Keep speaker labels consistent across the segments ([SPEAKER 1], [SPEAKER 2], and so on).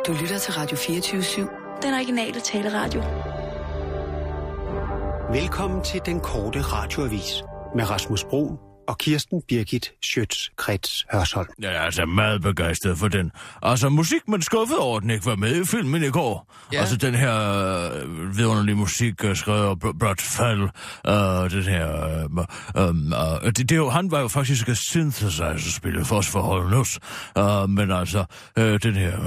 [SPEAKER 1] Du lytter til Radio 24/7.
[SPEAKER 2] Den originale taleradio.
[SPEAKER 3] Velkommen til den korte radioavis med Rasmus Broen og Kirsten Birgit Schøtz-Krets Hørsholm.
[SPEAKER 4] Jeg er altså meget begejstret for den. Altså musik, man skuffede over, den ikke var med i filmen i går. Ja. Altså den her vidunderlige musik, skrevet af Brad Fell, den her... han var jo faktisk et synthesizer-spiller for os for Holnus. Men altså, den her...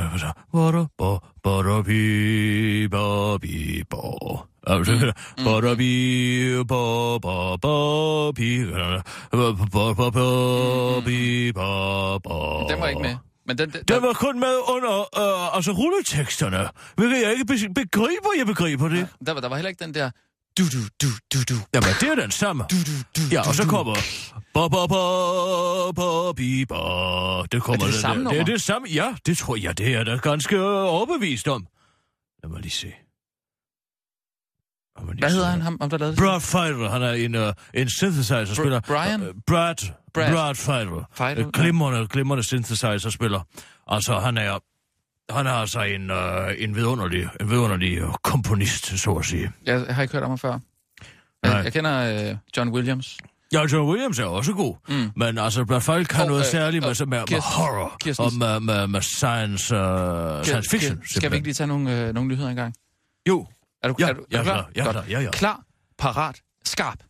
[SPEAKER 5] Den var ikke med. Men den
[SPEAKER 4] var kun med under altså rulleteksterne. Hvilket jeg ikke begriber, jeg begriber det.
[SPEAKER 5] Ja, der var heller ikke den der... Du.
[SPEAKER 4] Jamen, det er den samme. Ja, og så kommer... Det kommer
[SPEAKER 5] det samme nummer?
[SPEAKER 4] Det er det samme, ja. Det tror jeg, det er da ganske overbevist om. Lad mig lige se.
[SPEAKER 5] Hvad hedder han, ham der lavede det?
[SPEAKER 4] Brad Fiedler, han er en synthesizer-spiller.
[SPEAKER 5] Brian?
[SPEAKER 4] Brad Fiedler. Glimrende synthesizer-spiller. Altså, han er altså en vidunderlig komponist, så at sige.
[SPEAKER 5] Jeg har ikke hørt om ham før. Jeg kender John Williams.
[SPEAKER 4] Ja, John Williams er også god. Men altså, Brad Fiedler kan noget særligt med horror og med science fiction.
[SPEAKER 5] Skal vi ikke lige tage nogle nyheder engang?
[SPEAKER 4] Jo.
[SPEAKER 5] Er du klar?
[SPEAKER 4] Ja.
[SPEAKER 5] Klar, parat, skarp.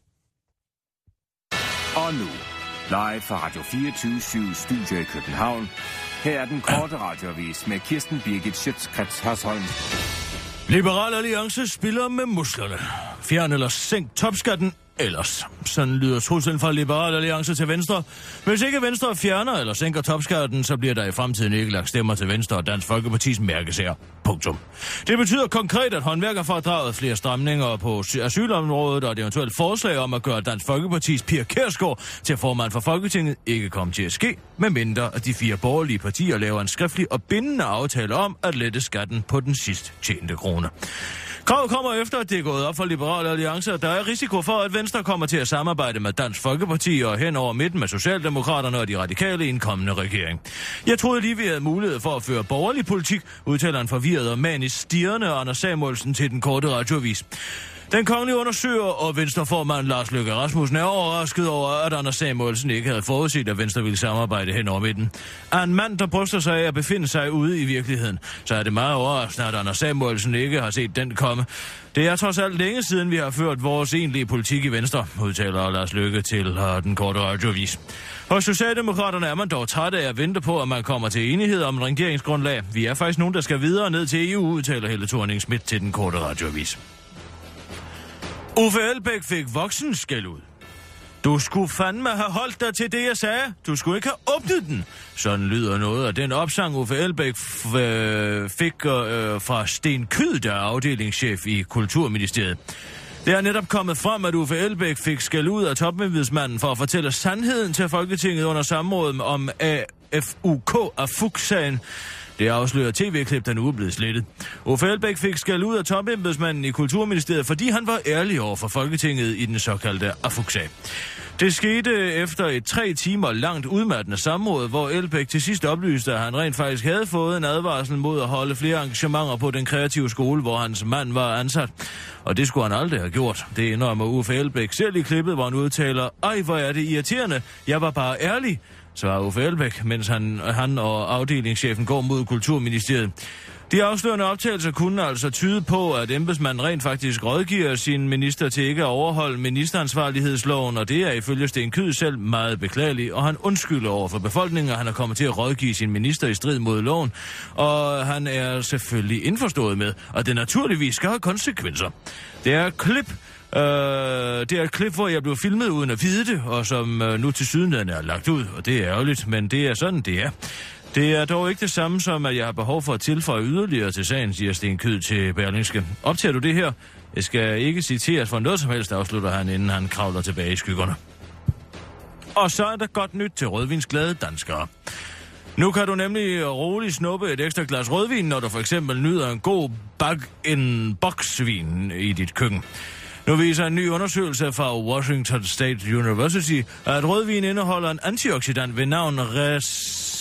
[SPEAKER 6] Og nu, live fra Radio 24/7 Studio i København. Her er den korte radioavis med Kirsten Birgit Schøtz-Krets Hørsholm.
[SPEAKER 4] Liberal Alliance spiller med musklerne. Fjern eller sænk topskatten ellers. Sådan lyder truslen fra Liberal Alliance til Venstre. Hvis ikke Venstre fjerner eller sænker topskatten, så bliver der i fremtiden ikke lagt stemmer til Venstre og Dansk Folkepartis mærkesager. Punktum. Det betyder konkret, at håndværkerfradraget, flere stramninger på asylområdet og et eventuelt forslag om at gøre Dansk Folkepartis Pia Kjærsgaard til formand for Folketinget ikke kommer til at ske, medmindre at de 4 borgerlige partier laver en skriftlig og bindende aftale om at lette skatten på den sidst tjente krone. Kravet kommer efter, at det er gået op for Liberal Alliance, og der er risiko for, at Venstre kommer til at samarbejde med Dansk Folkeparti og hen over midten med Socialdemokraterne og de radikale i en kommende regering. Jeg troede lige, vi havde mulighed for at føre borgerlig politik, udtaler en forvirret og manisk stirrende Anders Samuelsen til den korte radioavis. Den kongelige undersøger og Venstreformand Lars Løkke Rasmussen er overrasket over, at Anders Samuelsen ikke havde forudset, at Venstre ville samarbejde hen over midten. Er en mand, der bryster sig af at befinde sig ude i virkeligheden, så er det meget overraskende, at Anders Samuelsen ikke har set den komme. Det er trods alt længe siden, vi har ført vores egentlige politik i Venstre, udtaler Lars Løkke til den korte radioavis. Hos Socialdemokraterne er man dog træt af at vente på, at man kommer til enighed om en regeringsgrundlag. Vi er faktisk nogen, der skal videre ned til EU, udtaler Helle Thorning-Schmidt til den korte radioavis. Uffe Elbæk fik voksenskæld ud. Du skulle fandme have holdt dig til det, jeg sagde. Du skulle ikke have åbnet den. Sådan lyder noget af den opsang, Uffe Elbæk fik fra Sten Kyed, der er afdelingschef i Kulturministeriet. Det er netop kommet frem, at Uffe Elbæk fik skæld ud af topembedsmanden for at fortælle sandheden til Folketinget under samrådet om AFUK-sagen. Det afslører tv-klip, der nu er blevet slettet. Uffe Elbæk fik skæld ud af topembedsmanden i Kulturministeriet, fordi han var ærlig over for Folketinget i den såkaldte AFUK-sag. Det skete efter et 3 timer langt udmattende samråd, hvor Elbæk til sidst oplyste, at han rent faktisk havde fået en advarsel mod at holde flere engagementer på den kreative skole, hvor hans mand var ansat. Og det skulle han aldrig have gjort. Det indrømmer Uffe Elbæk selv i klippet, hvor han udtaler, "Ej, hvor er det irriterende. Jeg var bare ærlig", svarer Uffe Elbæk, mens han og afdelingschefen går mod Kulturministeriet. De afslørende optagelser kunne altså tyde på, at embedsmanden rent faktisk rådgiver sin minister til ikke at overholde ministeransvarlighedsloven, og det er ifølge Sten Kyed selv meget beklageligt, og han undskylder over for befolkningen, at han er kommet til at rådgive sin minister i strid mod loven, og han er selvfølgelig indforstået med, at det naturligvis skal have konsekvenser. Det er et klip, hvor jeg blev filmet uden at vide det, og som nu til sydenlandet er lagt ud, og det er ærgerligt, men det er sådan, det er. Det er dog ikke det samme som, at jeg har behov for at tilføje yderligere til sagen, siger Sten Kyed til Berlingske. Optager du det her? Jeg skal ikke citeres for noget som helst, afslutter han, inden han kravler tilbage i skyggerne. Og så er der godt nyt til rødvinsglade danskere. Nu kan du nemlig roligt snuppe et ekstra glas rødvin, når du for eksempel nyder en god boksvin i dit køkken. Nu viser en ny undersøgelse fra Washington State University, at rødvin indeholder en antioxidant ved navn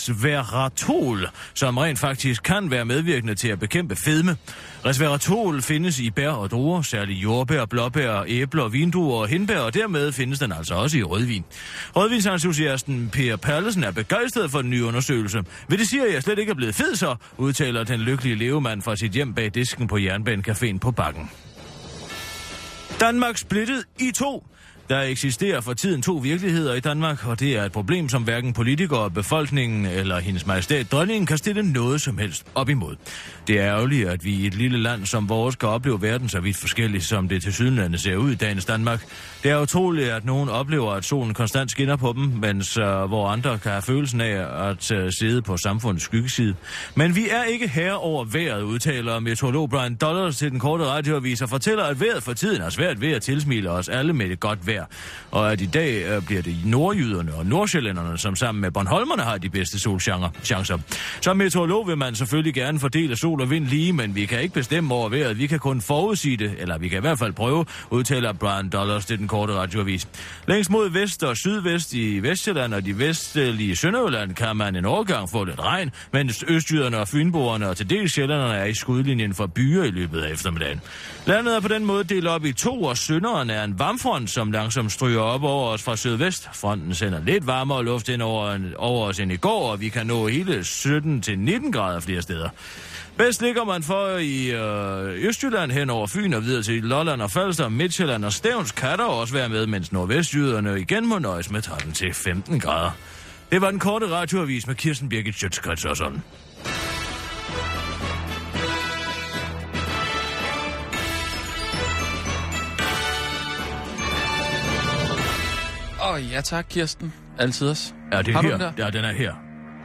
[SPEAKER 4] resveratrol, som rent faktisk kan være medvirkende til at bekæmpe fedme. Resveratrol findes i bær og druer, særligt jordbær, blåbær, æbler, vindruer og hindbær, og dermed findes den altså også i rødvin. Rødvinsentusiasten Per Perlesen er begejstret for den nye undersøgelse. Ved det siger, at jeg slet ikke er blevet fed så, udtaler den lykkelige levemand fra sit hjem bag disken på Jernbanecaféen på Bakken. Danmark splittet i to. Der eksisterer for tiden to virkeligheder i Danmark, og det er et problem, som hverken politikere, befolkningen eller hendes majestæt dronningen kan stille noget som helst op imod. Det er ærgerligt, at vi i et lille land som vores skal opleve verden så vidt forskelligt, som det tilsyneladende ser ud i dagens Danmark. Det er utroligt, at nogen oplever, at solen konstant skinner på dem, mens hvor andre kan have følelsen af at sidde på samfundets skyggeside. Men vi er ikke herre over vejret, udtaler meteorolog Brian Dollars til den korte radioavis og fortæller, at vejret for tiden er svært ved at tilsmile os alle med et godt vejr. Og at i dag bliver det nordjyderne og nordsjællænderne, som sammen med bornholmerne har de bedste solchancer. Som meteorolog vil man selvfølgelig gerne fordele sol og vind lige, men vi kan ikke bestemme over vejret. Vi kan kun forudsige det, eller vi kan i hvert fald prøve, udtaler Brian Dollars til den korte radioavis. Længst mod vest og sydvest i Vestjylland og de vestlige Sønderjylland kan man en overgang få lidt regn, mens østjyderne og fynboerne og til dels sjællænderne er i skudlinjen for byer i løbet af eftermiddagen. Landet er på den måde delt op i to, og sønderen er en varmfront, som langsomt stryger op over os fra sydvest. Fronten sender lidt varmere luft ind over os end i går, og vi kan nå hele 17-19 grader flere steder. Bedst ligger man for i Østjylland hen over Fyn og videre til Lolland og Falster, Midtjylland og Stevns kan der også være med, mens nordvestjyderne igen må nøjes med 13-15 grader. Det var den korte radioavis med Kirsten Birgit Schøtz og sådan.
[SPEAKER 5] Ja tak, Kirsten. Altid også.
[SPEAKER 4] Ja, det er her. Den ja, den er her.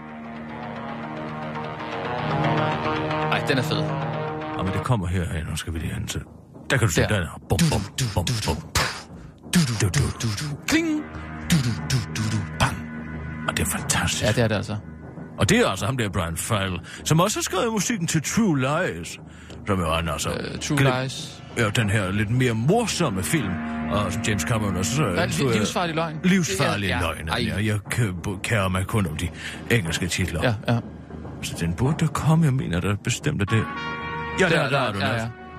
[SPEAKER 5] Ej, den er fed.
[SPEAKER 4] Ja, men det kommer her. Nu skal vi lige hen til. Der kan du se, der er. Bum, bum, bum, bum.
[SPEAKER 5] Kling!
[SPEAKER 4] Bang! Og det er fantastisk.
[SPEAKER 5] Ja, det er det altså.
[SPEAKER 4] Og det er altså ham der, Brian File, som også har skrevet musikken til True Lies. Som jo er altså...
[SPEAKER 5] True Lies.
[SPEAKER 4] Ja, den her lidt mere morsomme film, og som James Cameron også...
[SPEAKER 5] Livsfarlig løgn.
[SPEAKER 4] Livsfarlig løgn, ja. Jeg kærer mig kun om de engelske titler.
[SPEAKER 5] Ja.
[SPEAKER 4] Så den burde der komme, jeg mener, der bestemt er det. Ja, der er du. Ja,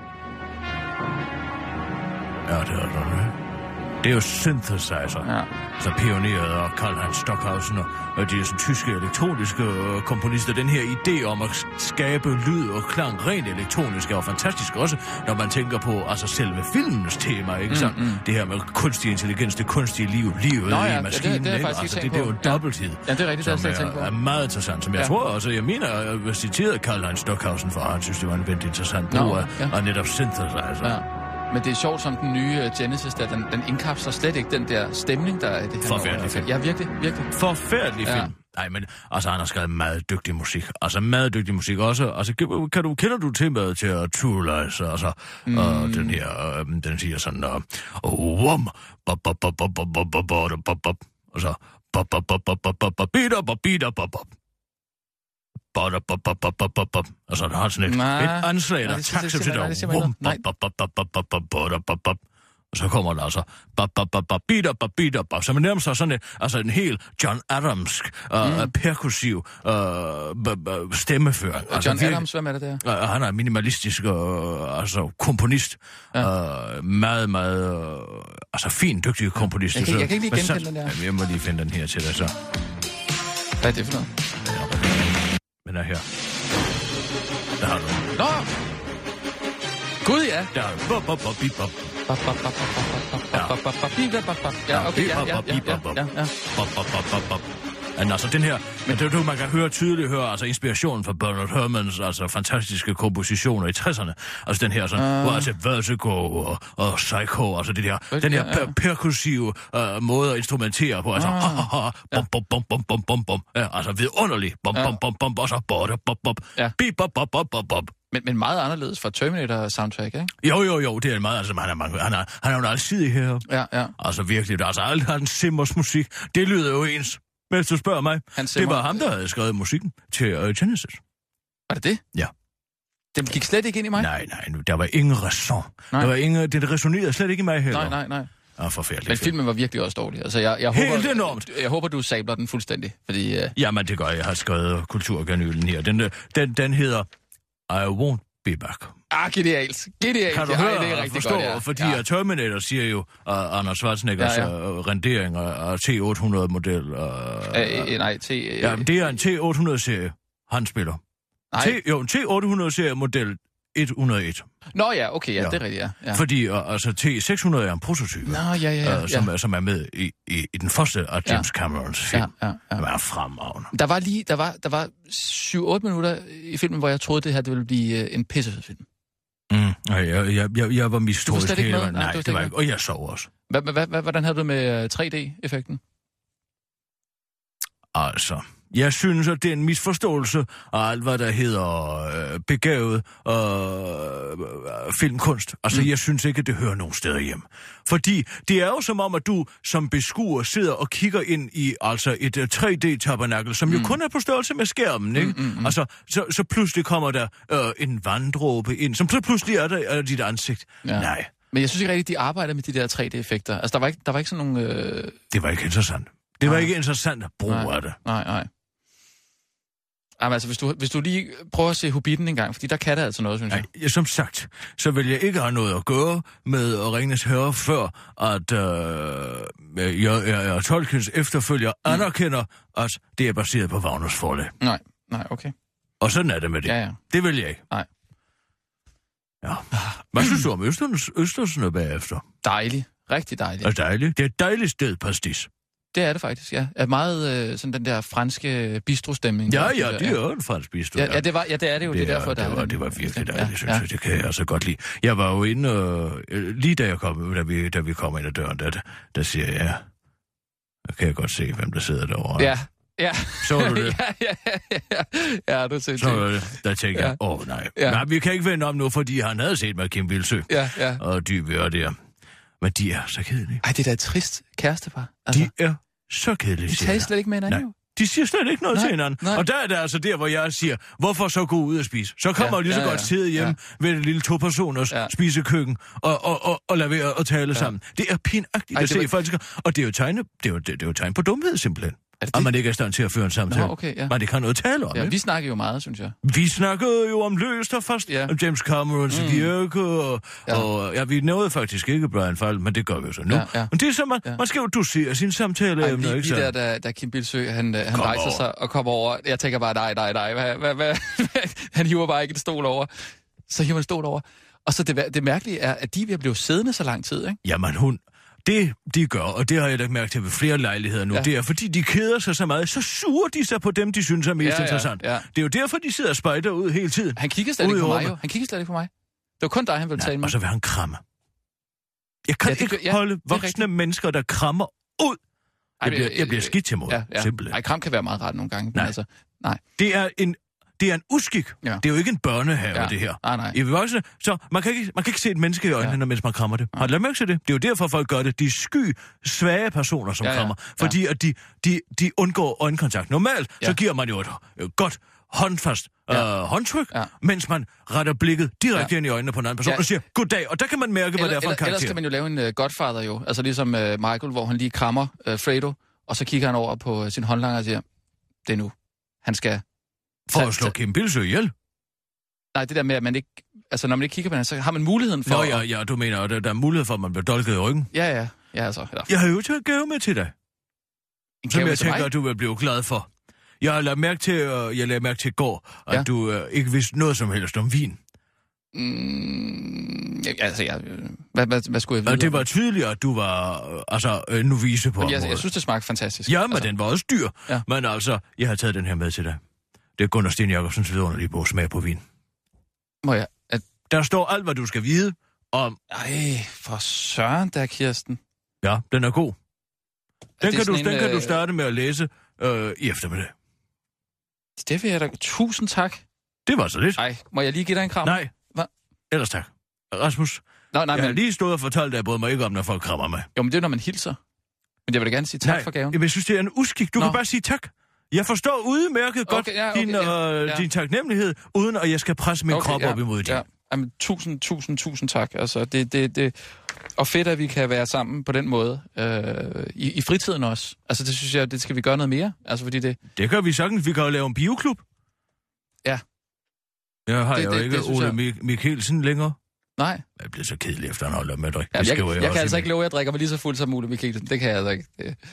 [SPEAKER 4] det er du. Det er jo synthesizer, så pionerede og Karl-Heinz Stockhausen og de sådan, tyske elektroniske komponister. Den her idé om at skabe lyd og klang rent elektronisk er jo fantastisk også, når man tænker på altså selve filmens tema, ikke så? Det her med kunstig intelligens, det kunstige livet i maskinen,
[SPEAKER 5] det
[SPEAKER 4] ikke? Altså, det er jo en dobbelthed.
[SPEAKER 5] Ja, det er rigtigt,
[SPEAKER 4] som
[SPEAKER 5] er
[SPEAKER 4] meget interessant, som jeg tror også. Jeg mener, jeg citerede Karl-Heinz Stockhausen for, han synes, det var en vældig interessant brug af netop synthesizer.
[SPEAKER 5] Ja. Men det er sjovt, som den nye Genesis, der den indkapsler slet ikke den der stemning, der er det her.
[SPEAKER 4] Forfærdelig film.
[SPEAKER 5] Ja, virkelig.
[SPEAKER 4] Forfærdelig film. Nej, men altså, han har skrevet meget dygtig musik. Altså, meget dygtig musik også. Altså, kender du temaet til True Lies? Altså, den her, den siger sådan, wom, bop, bop, bop, bop, bop, bop, bop, bop, bop, og så, bop, bop, bop, bop, bop, bop, bop, bop, bop. Og så har sådan et anslag, der tager til det. Og så kommer der altså så man nærmest har sådan en helt John Adamsk perkussiv stemmeføring.
[SPEAKER 5] John Adams, hvem er det der?
[SPEAKER 4] Han er minimalistisk komponist. Meget, meget fin, dygtig komponist.
[SPEAKER 5] Jeg kan ikke lige genkende den der.
[SPEAKER 4] Jeg må lige finde den her til dig så.
[SPEAKER 5] Hvad er det for noget?
[SPEAKER 4] Den er her. Der har du.
[SPEAKER 5] Nå! Gud, ja.
[SPEAKER 4] Der har du. Bop, bop, bop, bip, bop.
[SPEAKER 5] Ja, okay, ja.
[SPEAKER 4] Men altså den her, men det man kan høre altså inspirationen fra Bernard Herrmanns altså fantastiske kompositioner i 60'erne. Altså den her sådan, hvor altså Vertigo og Psycho, altså det der, den her perkussive måde at instrumentere på, altså bom bom bom bom bom bom bom, altså vidunderlig bom bom bom bom, og så bop bop bip bop bop bop bop.
[SPEAKER 5] Men meget anderledes fra Terminator-soundtrack, ikke?
[SPEAKER 4] Jo, det er meget, altså han er jo en alsidig her.
[SPEAKER 5] Ja.
[SPEAKER 4] Altså virkelig, der er altså aldrig har den Simmers musik. Det lyder jo ens. Men hvis du spørger mig, det var ham, der havde skrevet musikken til Genesis.
[SPEAKER 5] Var det det?
[SPEAKER 4] Ja.
[SPEAKER 5] Den gik slet ikke ind i mig?
[SPEAKER 4] Nej, der var ingen ræson. Det resonerede slet ikke i mig heller.
[SPEAKER 5] Nej.
[SPEAKER 4] Ja, forfærdelig.
[SPEAKER 5] Men filmen var virkelig også dårlig. Altså, jeg håber, du sabler den fuldstændig, fordi...
[SPEAKER 4] Jamen, det gør jeg. Jeg har skrevet kulturkanylen her. Den hedder I Won't Be Back.
[SPEAKER 5] Genialt. Kan
[SPEAKER 4] du høre
[SPEAKER 5] det er rigtig
[SPEAKER 4] forstå?
[SPEAKER 5] Godt, ja.
[SPEAKER 4] Fordi Terminator siger jo, Anders Schwarzeneggers rendering af T800-model.
[SPEAKER 5] Nej,
[SPEAKER 4] Ja, det er en T800-serie, han spiller. En T800-serie-model 101.
[SPEAKER 5] Nå ja, okay, ja, det er rigtigt, ja.
[SPEAKER 4] Fordi T600 er en prototype, som er med i den første af James Camerons film. Ja. Det var fremragende.
[SPEAKER 5] Der var 7-8 minutter i filmen, hvor jeg troede, det her det ville blive en pissefed film.
[SPEAKER 4] Jeg var mistroisk hele
[SPEAKER 5] vejen.
[SPEAKER 4] Nej, det var ikke. Og jeg sov også.
[SPEAKER 5] Hvordan havde du med 3D-effekten?
[SPEAKER 4] Altså, jeg synes, at det er en misforståelse af alt, hvad der hedder begavet filmkunst. Altså, jeg synes ikke, at det hører nogen steder hjem. Fordi det er jo som om, at du som beskuer sidder og kigger ind i altså et 3D-tabernakel, som jo kun er på størrelse med skærmen, ikke? Altså, så pludselig kommer der en vanddråbe ind, som så pludselig er dit ansigt. Ja. Nej.
[SPEAKER 5] Men jeg synes ikke rigtigt, de arbejder med de der 3D-effekter. Altså, der var ikke sådan nogle...
[SPEAKER 4] Det var ikke interessant. Det var ikke interessant at bruge af det.
[SPEAKER 5] Nej. Jamen altså, hvis du lige prøver at se Hobbiten en gang, fordi der kan det altså noget, synes jeg.
[SPEAKER 4] Nej, som sagt, så vil jeg ikke have noget at gøre med Ringenes Herre, før at jeg Tolkiens efterfølger anerkender, at det er baseret på Wagners forlag.
[SPEAKER 5] Nej, okay.
[SPEAKER 4] Og sådan er det med det.
[SPEAKER 5] Ja.
[SPEAKER 4] Det vil jeg ikke.
[SPEAKER 5] Nej.
[SPEAKER 4] Ja. Hvad synes du om Østersøen bagefter?
[SPEAKER 5] Dejligt. Rigtig dejligt.
[SPEAKER 4] Og dejligt. Det er et dejligt sted, pastis.
[SPEAKER 5] Det er det faktisk, ja. Er meget sådan den der franske bistrostemning.
[SPEAKER 4] Ja, det er jo en fransk bistro.
[SPEAKER 5] Ja, det er det jo. Det er derfor,
[SPEAKER 4] det var virkelig dejligt, synes jeg. Det kan jeg altså godt lide. Jeg var jo inde, lige da vi kom ind ad døren, der siger jeg, der kan jeg godt se, hvem der sidder derovre.
[SPEAKER 5] Ja.
[SPEAKER 4] Så du det?
[SPEAKER 5] Ja, du ser
[SPEAKER 4] det. Der tænker jeg, nej. Ja. Nej, vi kan ikke vende om nu, fordi han havde set mig Kim Bildsøe.
[SPEAKER 5] Ja.
[SPEAKER 4] Og Dybe og der. Men de er så kedelige.
[SPEAKER 5] Ej, det er da et trist kærestepar. Altså,
[SPEAKER 4] de er så kedelige.
[SPEAKER 5] De tager slet ikke med hinanden.
[SPEAKER 4] Nej. De siger slet ikke noget til hinanden. Nej. Og der er det altså der, hvor jeg siger, hvorfor så gå ud og spise? Så kommer lige så godt sidde hjemme ved et lille 2-personers spisekøkken og lade være at tale sammen. Det er pinagtigt at se folk. Og det er jo tegn på dumhed, simpelthen. Og man ikke er i stand til at føre en samtale. Man ikke har noget at tale om.
[SPEAKER 5] Ja, vi snakker jo meget, synes jeg.
[SPEAKER 4] Vi snakkede jo om løst og fast, om James Camerons virke, og vi nåede faktisk ikke Brian Fall, men det gør vi jo så nu. Ja. Men det er så, man skal jo dosere sin samtaleemner, ikke så?
[SPEAKER 5] Da Kim Bildsøe, han rejser sig og kommer over, jeg tænker bare, nej. Hvad? Han hiver bare ikke en stol over. Så hiver en stol over. Og så det mærkelige er, at de er ved at blive siddende så lang tid, ikke?
[SPEAKER 4] Jamen det, de gør, og det har jeg da mærket til ved flere lejligheder nu, det er, fordi de keder sig så meget, så suger de sig på dem, de synes er mest interessant. Ja. Det er jo derfor, de sidder og spejder ud hele tiden.
[SPEAKER 5] Han kigger slet ikke på mig, jo. Han kigger slet ikke på mig. Det var kun dig, han ville tale med.
[SPEAKER 4] Og så vil han kramme. Jeg kan ikke holde voksne mennesker, der krammer ud. Jeg bliver skidt til mod, simpelthen.
[SPEAKER 5] Ej, kram kan være meget rart nogle gange, men altså, nej.
[SPEAKER 4] Det er en uskik. Ja. Det er jo ikke en børnehave, det her.
[SPEAKER 5] Nej.
[SPEAKER 4] I voksne, så man kan ikke se et menneske i øjnene, mens man krammer det. Har du lagt mærke til det? Det er jo derfor, folk gør det. De svage personer, som krammer. Fordi at de undgår øjenkontakt. Normalt, så giver man jo et godt håndfast håndtryk, mens man retter blikket direkte ind i øjnene på en anden person og siger, goddag. Og der kan man mærke, hvad det er for en karakter.
[SPEAKER 5] Ellers kan man jo lave en Godfather jo. Altså ligesom Michael, hvor han lige krammer Fredo, og så kigger han over på sin håndlanger og siger, det er nu. Han skal...
[SPEAKER 4] For at slå Kim Bildsøe ihjel?
[SPEAKER 5] Nej, det der med, at man ikke... Altså, når man ikke kigger på den, så har man muligheden for...
[SPEAKER 4] Nå, du mener, at der er mulighed for, at man bliver dolket i ryggen?
[SPEAKER 5] Ja, altså. Ja.
[SPEAKER 4] Jeg har jo taget gave med til dig. Som jeg tænker, at du vil blive glad for. Jeg lagde mærke til i går, at du ikke vidste noget som helst om vin.
[SPEAKER 5] Hvad skulle jeg vide?
[SPEAKER 4] Og det var tydeligt, at du var novice på området.
[SPEAKER 5] Jeg synes, det smagte fantastisk.
[SPEAKER 4] Ja, men den var også dyr. Ja. Men altså, jeg har taget den her med til dig. Det er Gunnar Sten Jakobsens vidunderlige bog, Smag på vin.
[SPEAKER 5] Må jeg?
[SPEAKER 4] Der står alt, hvad du skal vide om...
[SPEAKER 5] Ej, for søren der, Kirsten.
[SPEAKER 4] Ja, den er god. Den kan du starte med at læse i eftermiddag.
[SPEAKER 5] Det vil jeg da... Tusind tak.
[SPEAKER 4] Det var så lidt.
[SPEAKER 5] Nej, må jeg lige give dig en kram?
[SPEAKER 4] Nej. Hvad? Ellers tak. Rasmus, jeg har lige stået og fortalt dig, at jeg brød mig ikke om, når folk krammer mig.
[SPEAKER 5] Jo, men det er, når man hilser. Men jeg vil da gerne sige tak for gaven.
[SPEAKER 4] Nej, jeg synes, det er en uskik. Du kan bare sige tak. Jeg forstår udmærket godt din taknemmelighed, uden at jeg skal presse min krop op imod din.
[SPEAKER 5] Jamen, tusind tak. Altså, det og fedt, at vi kan være sammen på den måde. I fritiden også. Altså, det synes jeg, det skal vi gøre noget mere. Altså, fordi det...
[SPEAKER 4] Det gør vi sagtens. Vi kan jo lave en bioklub.
[SPEAKER 5] Ja.
[SPEAKER 4] Jeg har jo ikke Ole Mikkelsen længere.
[SPEAKER 5] Nej.
[SPEAKER 4] Jeg bliver så kedelig efter, han holder med at drikke.
[SPEAKER 5] Jeg kan altså ikke love, at jeg drikker mig lige så fuld som Ole Mikkelsen. Det kan jeg altså ikke.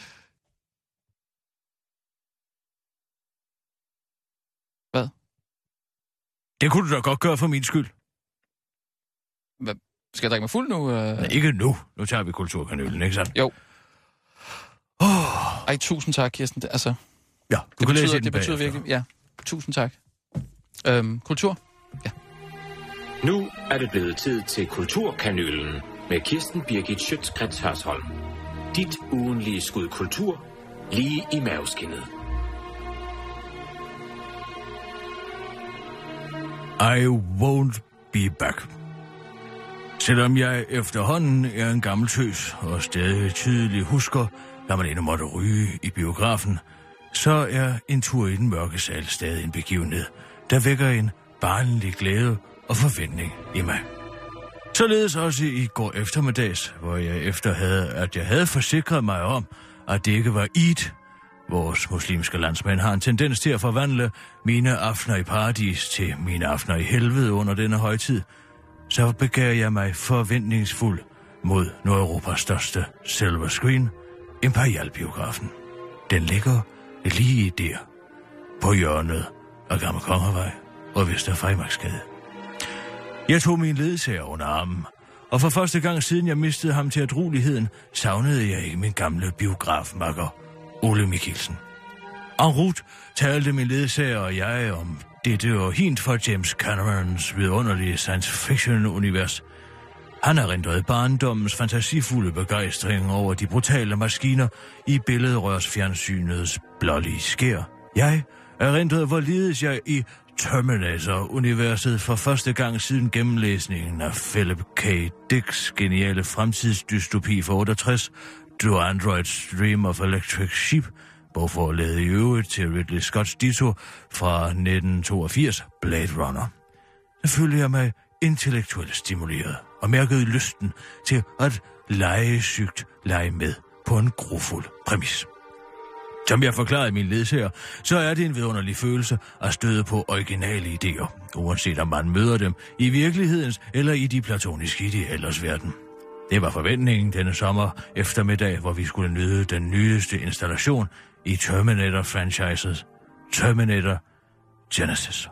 [SPEAKER 5] Hvad?
[SPEAKER 4] Det kunne du da godt gøre for min skyld.
[SPEAKER 5] Hvad? Skal jeg drikke mig fuld nu?
[SPEAKER 4] Nej, ikke nu. Nu tager vi kulturkanølen, ikke sandt?
[SPEAKER 5] Jo. Ej, tusind tak, Kirsten. Altså,
[SPEAKER 4] ja, du kan læse
[SPEAKER 5] det betyder virkelig... Ja, tusind tak. Kultur? Ja.
[SPEAKER 2] Nu er det blevet tid til Kulturkanølen med Kirsten Birgit Schøtz-Krets Hørsholm. Dit ugenlige skud kultur lige i maveskindet.
[SPEAKER 4] I won't be back. Selvom jeg efterhånden er en gammel tøs og stadig tydeligt husker, da man endnu måtte ryge i biografen, så er en tur i den mørke sal stadig en begivenhed, der vækker en barnlig glæde og forventning i mig. Således også i går eftermiddags, hvor jeg jeg havde forsikret mig om, at det ikke var Eid. Vores muslimske landsmænd har en tendens til at forvandle mine aftener i paradis til mine aftener i helvede under denne højtid. Så begav jeg mig forventningsfuld mod Nordeuropas største silver screen, Imperial-biografen. Den ligger lige der, på hjørnet af Gamle Kongervej og Vester Freimarksgade. Jeg tog min ledsager under armen, og for første gang siden jeg mistede ham til ædrueligheden, savnede jeg ikke min gamle biografmakker, Ole Mikkelsen. En route talte min ledsager og jeg om dette og hint fra James Camerons vidunderlige science fiction-univers. Han erindrede barndommens fantasifulde begejstring over de brutale maskiner i billedrørsfjernsynets blålige skær. Jeg erindrede, hvorledes jeg i Terminator-universet for første gang siden gennemlæsningen af Philip K. Dicks geniale fremtidsdystopi for 68, The Android's Dream of Electric Sheep, bogforlaget i øvrigt til Ridley Scotts Ditto fra 1982, Blade Runner. Der følte jeg mig intellektuelt stimuleret og mærkede lysten til at lege med på en grufuld præmis. Som jeg forklarede min ledsager, så er det en vidunderlig følelse at støde på originale idéer, uanset om man møder dem i virkelighedens eller i de platoniske idealers verden. Det var forventningen denne sommer eftermiddag, hvor vi skulle nyde den nyeste installation i Terminator-franchiset, Terminator Genesis.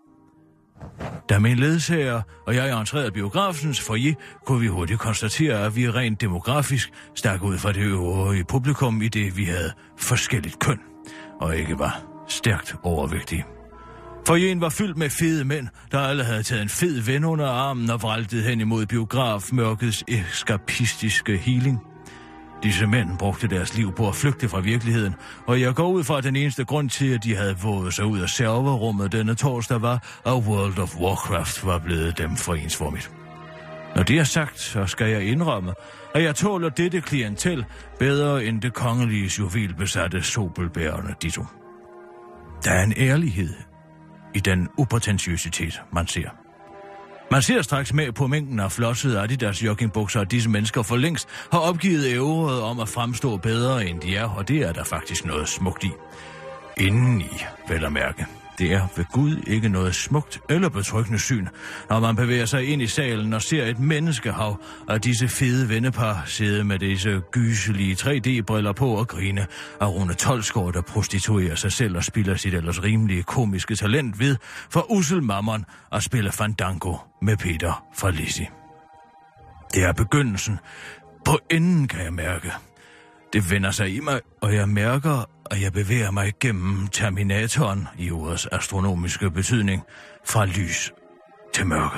[SPEAKER 4] Da min ledsager og jeg entrerede biografens foyer, kunne vi hurtigt konstatere, at vi rent demografisk stak ud fra det øvrige publikum, i det vi havde forskelligt køn, og ikke var stærkt overvægtige. Foyeren var fyldt med fede mænd, der alle havde taget en fed ven under armen og vraltede hen imod biografmørkets eskapistiske healing. Disse mænd brugte deres liv på at flygte fra virkeligheden, og jeg går ud fra, at den eneste grund til, at de havde våget sig ud af serverrummet denne torsdag, var, at World of Warcraft var blevet dem for ensformigt. Når det er sagt, så skal jeg indrømme, at jeg tåler dette klientel bedre end det kongelige juvelbesatte sobelbærende ditto. Der er en ærlighed i den uprætentiøsitet, man ser. Man ser straks med på mængden af flossede Adidas joggingbukser, og disse mennesker for længst har opgivet ævret om at fremstå bedre, end de er, og det er der faktisk noget smukt i. Indeni, vel at mærke. Det er ved Gud ikke noget smukt eller betryggende syn, når man bevæger sig ind i salen og ser et menneskehav af disse fede vennepar sidde med disse gyselige 3D-briller på og grine af Rune Tolsgaard, der prostituerer sig selv og spilder sit ellers rimelige komiske talent ved for ussel mammon at spille fandango med Peter fra Lissi. Det er begyndelsen. På enden kan jeg mærke. Det vender sig i mig, og jeg mærker, at jeg bevæger mig gennem terminatoren i ordets astronomiske betydning, fra lys til mørke.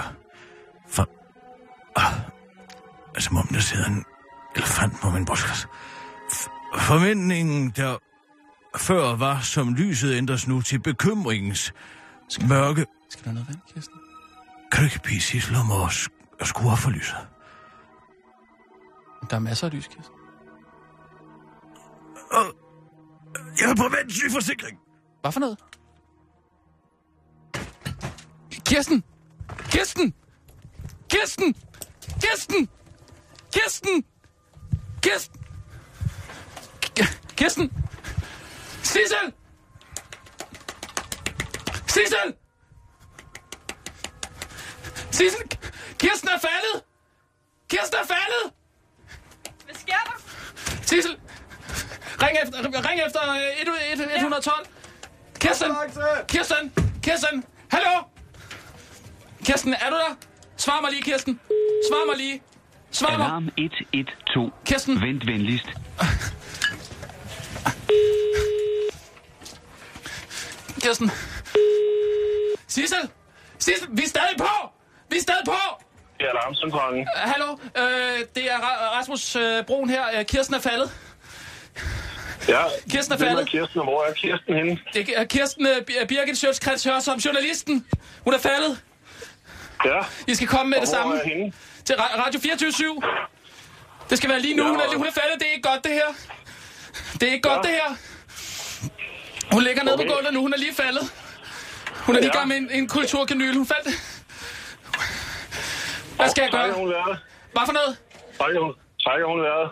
[SPEAKER 4] Som om der sidder en elefant på min brystkasse. Forventningen, der før var som lyset, ændres nu til bekymringens mørke.
[SPEAKER 5] Skal der noget vand, Kirsten?
[SPEAKER 4] Kan du ikke pige sidslum og skrue op for lyset?
[SPEAKER 5] Der er masser af lys, Kirsten.
[SPEAKER 4] Jeg er på vendssygeforsikring.
[SPEAKER 5] Hvad for noget? Kirsten! Kirsten! Kirsten! Kirsten! Kirsten! Kirsten! Kirsten! Sissel! Sissel! Sissel! Kirsten er faldet! Kirsten er faldet!
[SPEAKER 7] Hvad sker der?
[SPEAKER 5] Sissel! Ring efter 112. Kirsten! Kirsten! Kirsten! Hallo! Kirsten, er du der? Svar mig lige, Kirsten. Svar mig lige. Svar mig.
[SPEAKER 8] Alarm 112.
[SPEAKER 5] Kirsten.
[SPEAKER 8] Vent venligst.
[SPEAKER 5] Kirsten. Sissel! Sissel, vi er stadig på! Vi er stadig på!
[SPEAKER 9] Det er alarmcentralen.
[SPEAKER 5] Hallo, det er Rasmus Broen her. Kirsten er faldet.
[SPEAKER 9] Ja,
[SPEAKER 5] Kirsten er
[SPEAKER 9] hvem
[SPEAKER 5] faldet.
[SPEAKER 9] er Kirsten, og hvor er Kirsten henne?
[SPEAKER 5] Det er Kirsten Birgit Schøtz-Krets Hørsholm, journalisten. Hun er faldet.
[SPEAKER 9] Ja.
[SPEAKER 5] I skal komme med det samme.
[SPEAKER 9] Hvor er hende?
[SPEAKER 5] Til Radio 24/7. Det skal være lige nu.
[SPEAKER 9] Ja.
[SPEAKER 5] Hun er faldet. Det er ikke godt, det her. Det er ikke godt, det her. Hun ligger nede på gulvet nu. Hun er lige faldet. Hun er lige i gang med en kulturkanyle. Hun faldt. Hvad skal jeg gøre?
[SPEAKER 9] Trækker hun været?
[SPEAKER 5] Hvad for noget?
[SPEAKER 9] Trækker hun været?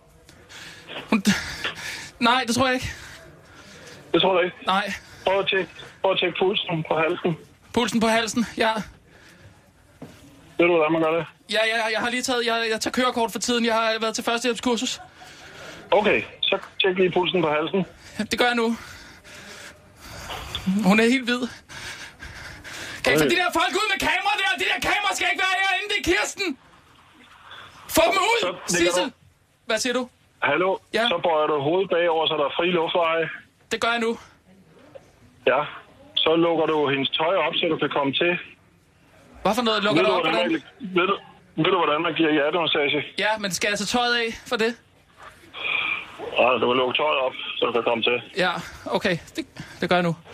[SPEAKER 5] Nej, det tror jeg ikke.
[SPEAKER 9] Det tror jeg ikke.
[SPEAKER 5] Nej.
[SPEAKER 9] Prøv at tjekke pulsen på halsen.
[SPEAKER 5] Pulsen på halsen, ja.
[SPEAKER 9] Ved du, hvordan man gør det?
[SPEAKER 5] Ja, jeg har lige taget... Jeg tager kørekort for tiden. Jeg har været til førstehjælpskursus.
[SPEAKER 9] Okay, så tjek lige pulsen på halsen.
[SPEAKER 5] Ja, det gør jeg nu. Hun er helt hvid. Kan I få de der folk ud med kamera der? De der kameraer skal ikke være herinde. Det er Kirsten. Få dem ud, Sissel. Hvad siger du?
[SPEAKER 9] Hallo?
[SPEAKER 5] Ja.
[SPEAKER 9] Så bøjer du hovedet bagover, så der er fri luftveje.
[SPEAKER 5] Det gør jeg nu.
[SPEAKER 9] Ja. Så lukker du hendes tøj op, så du kan komme til.
[SPEAKER 5] Hvad for noget lukker du op?
[SPEAKER 9] Ved du, hvordan man giver hjertemassage?
[SPEAKER 5] Ja, men skal jeg tage tøjet af for det?
[SPEAKER 9] Ja, du kan lukke tøjet op, så du kan komme til.
[SPEAKER 5] Ja, okay. Det gør jeg nu.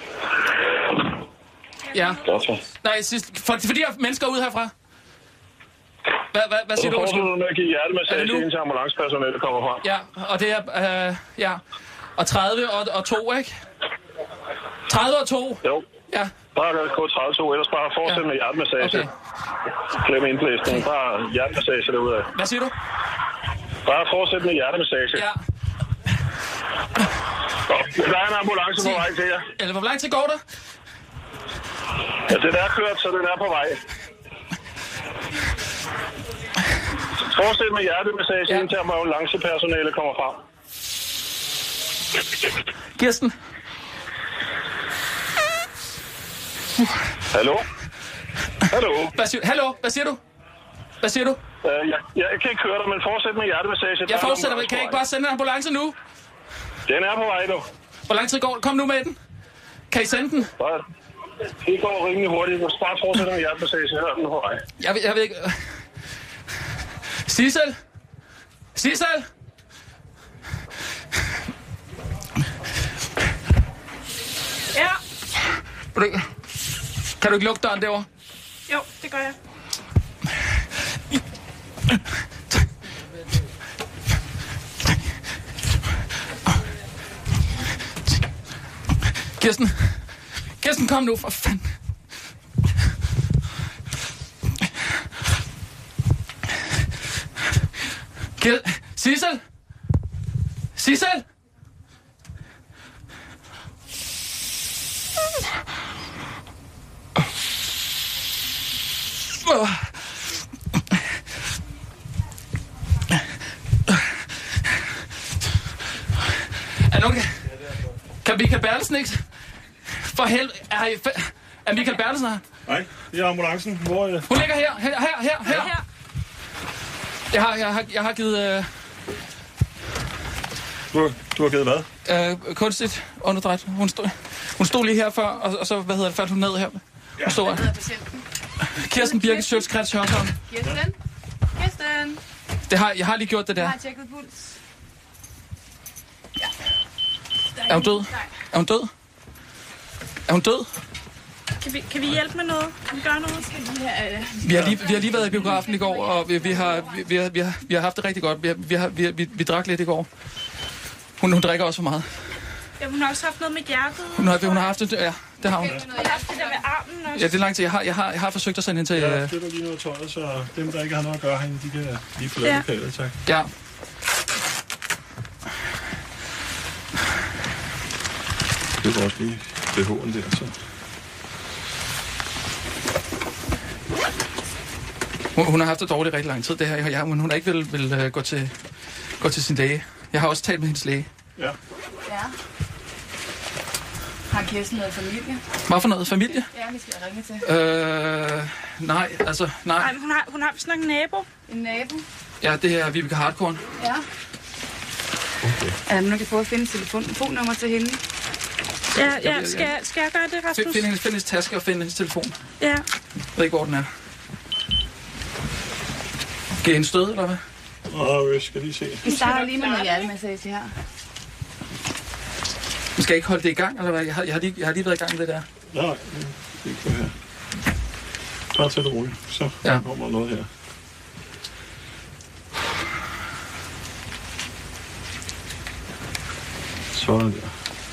[SPEAKER 5] Ja.
[SPEAKER 9] Godt så.
[SPEAKER 5] Nej, for de her mennesker ud herfra. Hvad siger du?
[SPEAKER 9] Så fortsætter du med at give hjertemassage, indtil ambulancepersonalet kommer frem.
[SPEAKER 5] Ja, og det er... ja. Og 30 og 2, ikke? 30 og 2?
[SPEAKER 9] Jo.
[SPEAKER 5] Ja.
[SPEAKER 9] Bare gør det kun 30-2, ellers bare fortsæt med hjertemassage.
[SPEAKER 5] Okay.
[SPEAKER 9] Glem indblæsning. Bare hjertemassage derudad.
[SPEAKER 5] Hvad siger du?
[SPEAKER 9] Bare fortsæt med hjertemassage.
[SPEAKER 5] Ja.
[SPEAKER 9] Der er en ambulance på vej til jer.
[SPEAKER 5] Eller hvor lang tid går der?
[SPEAKER 9] Ja, den er kørt, så den er på vej. Fortsæt med hjertemassage, indtil ambulancepersonalet kommer frem.
[SPEAKER 5] Kirsten?
[SPEAKER 9] Hallo? Hallo?
[SPEAKER 5] Hallo? Hvad siger du? Hvad siger du?
[SPEAKER 9] Jeg kan ikke høre dig, men fortsæt med hjertemassage.
[SPEAKER 5] Jeg fortsætter, men kan jeg ikke bare sende en ambulance nu?
[SPEAKER 9] Den er på vej nu.
[SPEAKER 5] Hvor lang tid går det? Kom nu med den. Kan I sende den?
[SPEAKER 9] Det går rimelig hurtigt. Du skal bare fortsætte med hjertemassage. Her er den på vej.
[SPEAKER 5] Jeg ved ikke... Sissel? Sissel?
[SPEAKER 7] Ja.
[SPEAKER 5] Kan du ikke lukke døren derovre?
[SPEAKER 7] Jo, det gør jeg.
[SPEAKER 5] Kirsten? Kirsten, kom nu, for fanden. Sissel? Sissel? Er nogen... Kan Michael Bertelsen ikke... For helvede... Er Michael Bertelsen her?
[SPEAKER 9] Nej, det er ambulancen. Hvor er det?
[SPEAKER 5] Hun ligger her. Her. Jeg har givet...
[SPEAKER 9] Du har givet hvad?
[SPEAKER 5] Kunstigt underdræt. Hun stod lige her før, og så, faldt hun ned her. Hun stod her. Kirsten Birgit Schøtz-Krets Hørsholm.
[SPEAKER 7] Kirsten.
[SPEAKER 5] Jeg har lige gjort det der.
[SPEAKER 7] Jeg har tjekket puls. Ja.
[SPEAKER 5] Er hun død?
[SPEAKER 7] Nej.
[SPEAKER 5] Er hun død? Er hun død?
[SPEAKER 7] Kan vi hjælpe med noget? Kan vi gøre noget?
[SPEAKER 5] Vi har lige været i biografen i går, og vi har haft det rigtig godt. Vi drak lidt i går. Hun drikker også for meget.
[SPEAKER 7] Ja, hun har også haft noget med hjertet.
[SPEAKER 5] Hun har haft det, ja. Det har hun.
[SPEAKER 7] Det der med armen også.
[SPEAKER 5] Ja, det er lang tid. Jeg har forsøgt at sende hende til...
[SPEAKER 9] Ja, det er lige noget tøjet, så dem, der ikke har noget at gøre herinde, de kan lige forlade lokalet, tak.
[SPEAKER 5] Ja.
[SPEAKER 9] Det var også lige BH'en der, så.
[SPEAKER 5] Hun har haft det dårligt rigtig lang tid, det her. Men hun har ikke vil gå til sin læge. Jeg har også talt med hendes læge.
[SPEAKER 9] Ja.
[SPEAKER 8] Ja. Har Kirsten noget familie?
[SPEAKER 5] Hvad for noget? Familie?
[SPEAKER 8] Ja, vi skal ringe til.
[SPEAKER 5] Nej, altså, nej.
[SPEAKER 7] Ej, men hun har vist nok en nabo.
[SPEAKER 8] En nabo?
[SPEAKER 5] Ja, det her er Vibeke Hardkorn.
[SPEAKER 8] Ja.
[SPEAKER 9] Okay.
[SPEAKER 8] Er der nogen, kan prøve at finde et telefonnummer til hende?
[SPEAKER 7] Ja, skal jeg gøre det, Rasmus?
[SPEAKER 5] Find hendes taske og find hendes telefon.
[SPEAKER 7] Ja.
[SPEAKER 5] Jeg ved ikke, hvor den er. Giver en stød, eller hvad?
[SPEAKER 9] Jeg skal lige se.
[SPEAKER 8] Vi starter lige med noget hjertemassage her.
[SPEAKER 5] Vi skal ikke holde det i gang, eller hvad? Jeg har lige været i gang med det der.
[SPEAKER 9] Nej, det er her. Bare tag det roligt, så kommer noget her. Sådan der.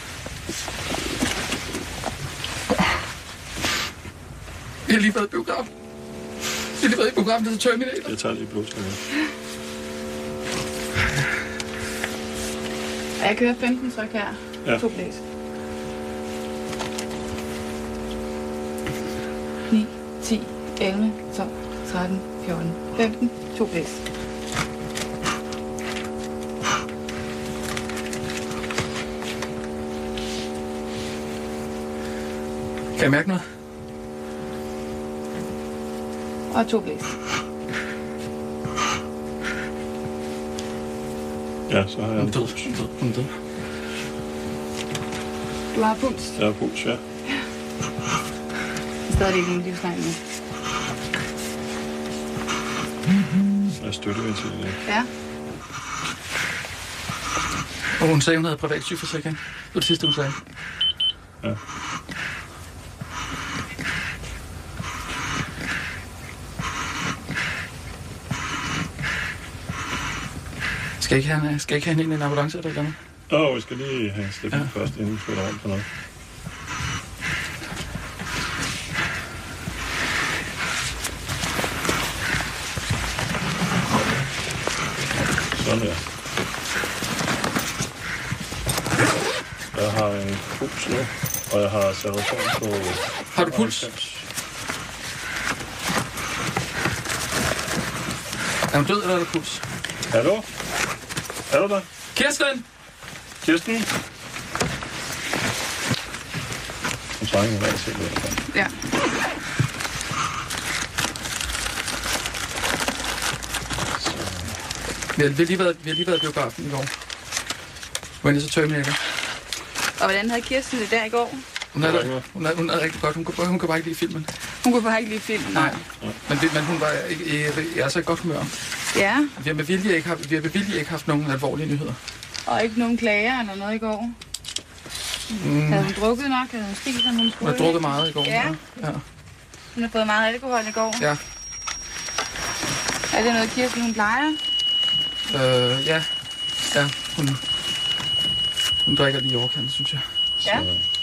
[SPEAKER 5] Vi har lige været i biografen. Vi har lige været i biografen til Terminator.
[SPEAKER 9] Jeg tager lige blodtryk.
[SPEAKER 8] Jeg kører 15 tryk her.
[SPEAKER 9] Ja.
[SPEAKER 8] 2 blæs. 9, 10, 11, 12, 13, 14, 15. 2 blæs.
[SPEAKER 5] Kan jeg mærke noget?
[SPEAKER 8] Og 2 blæs.
[SPEAKER 9] Ja, så har jeg
[SPEAKER 5] Hun er død. Hun er død.
[SPEAKER 8] Du har puls.
[SPEAKER 9] Jeg har puls, ja.
[SPEAKER 8] Stadig ikke nogen livstegn nu.
[SPEAKER 9] Jeg støtter ventilen.
[SPEAKER 8] Ja.
[SPEAKER 5] Og hun sagde, hun havde privat sygeforsikring. Det var det sidste, hun sagde.
[SPEAKER 9] Ja.
[SPEAKER 5] Skal ikke have hende i en ambulance eller noget?
[SPEAKER 9] Vi skal lige have slæbt først, inden vi flytter rundt på noget. Sådan der. Jeg har en puls nu, og jeg har saturation på...
[SPEAKER 5] Har du puls?
[SPEAKER 9] 90.
[SPEAKER 5] Er hun død, eller er der puls?
[SPEAKER 9] Hallo? Er du der?
[SPEAKER 5] Kirsten!
[SPEAKER 9] Kirsten? Hun trænger nu af til det.
[SPEAKER 8] Ja.
[SPEAKER 5] Vi har lige været i biografen i går. When is a Terminator?
[SPEAKER 8] Og hvordan havde Kirsten det der i går?
[SPEAKER 5] Hun er rigtig godt. Hun kunne bare ikke lide filmen.
[SPEAKER 8] Hun kunne bare ikke lide filmen.
[SPEAKER 5] Nej. Men hun var i altså et godt humør.
[SPEAKER 8] Ja.
[SPEAKER 5] Vi har med vilje ikke haft nogen alvorlige nyheder.
[SPEAKER 8] Og ikke nogen klager eller noget i går? Havde hun drukket nok? Havde hun spist, som hun skulle?
[SPEAKER 5] Hun har drukket meget i går.
[SPEAKER 8] Ja. Hun har fået meget alkohol i går?
[SPEAKER 5] Ja.
[SPEAKER 8] Er det noget, Kirsten, hun plejer?
[SPEAKER 5] Ja. Ja, hun drikker lige i overkanten, synes jeg.
[SPEAKER 8] Ja.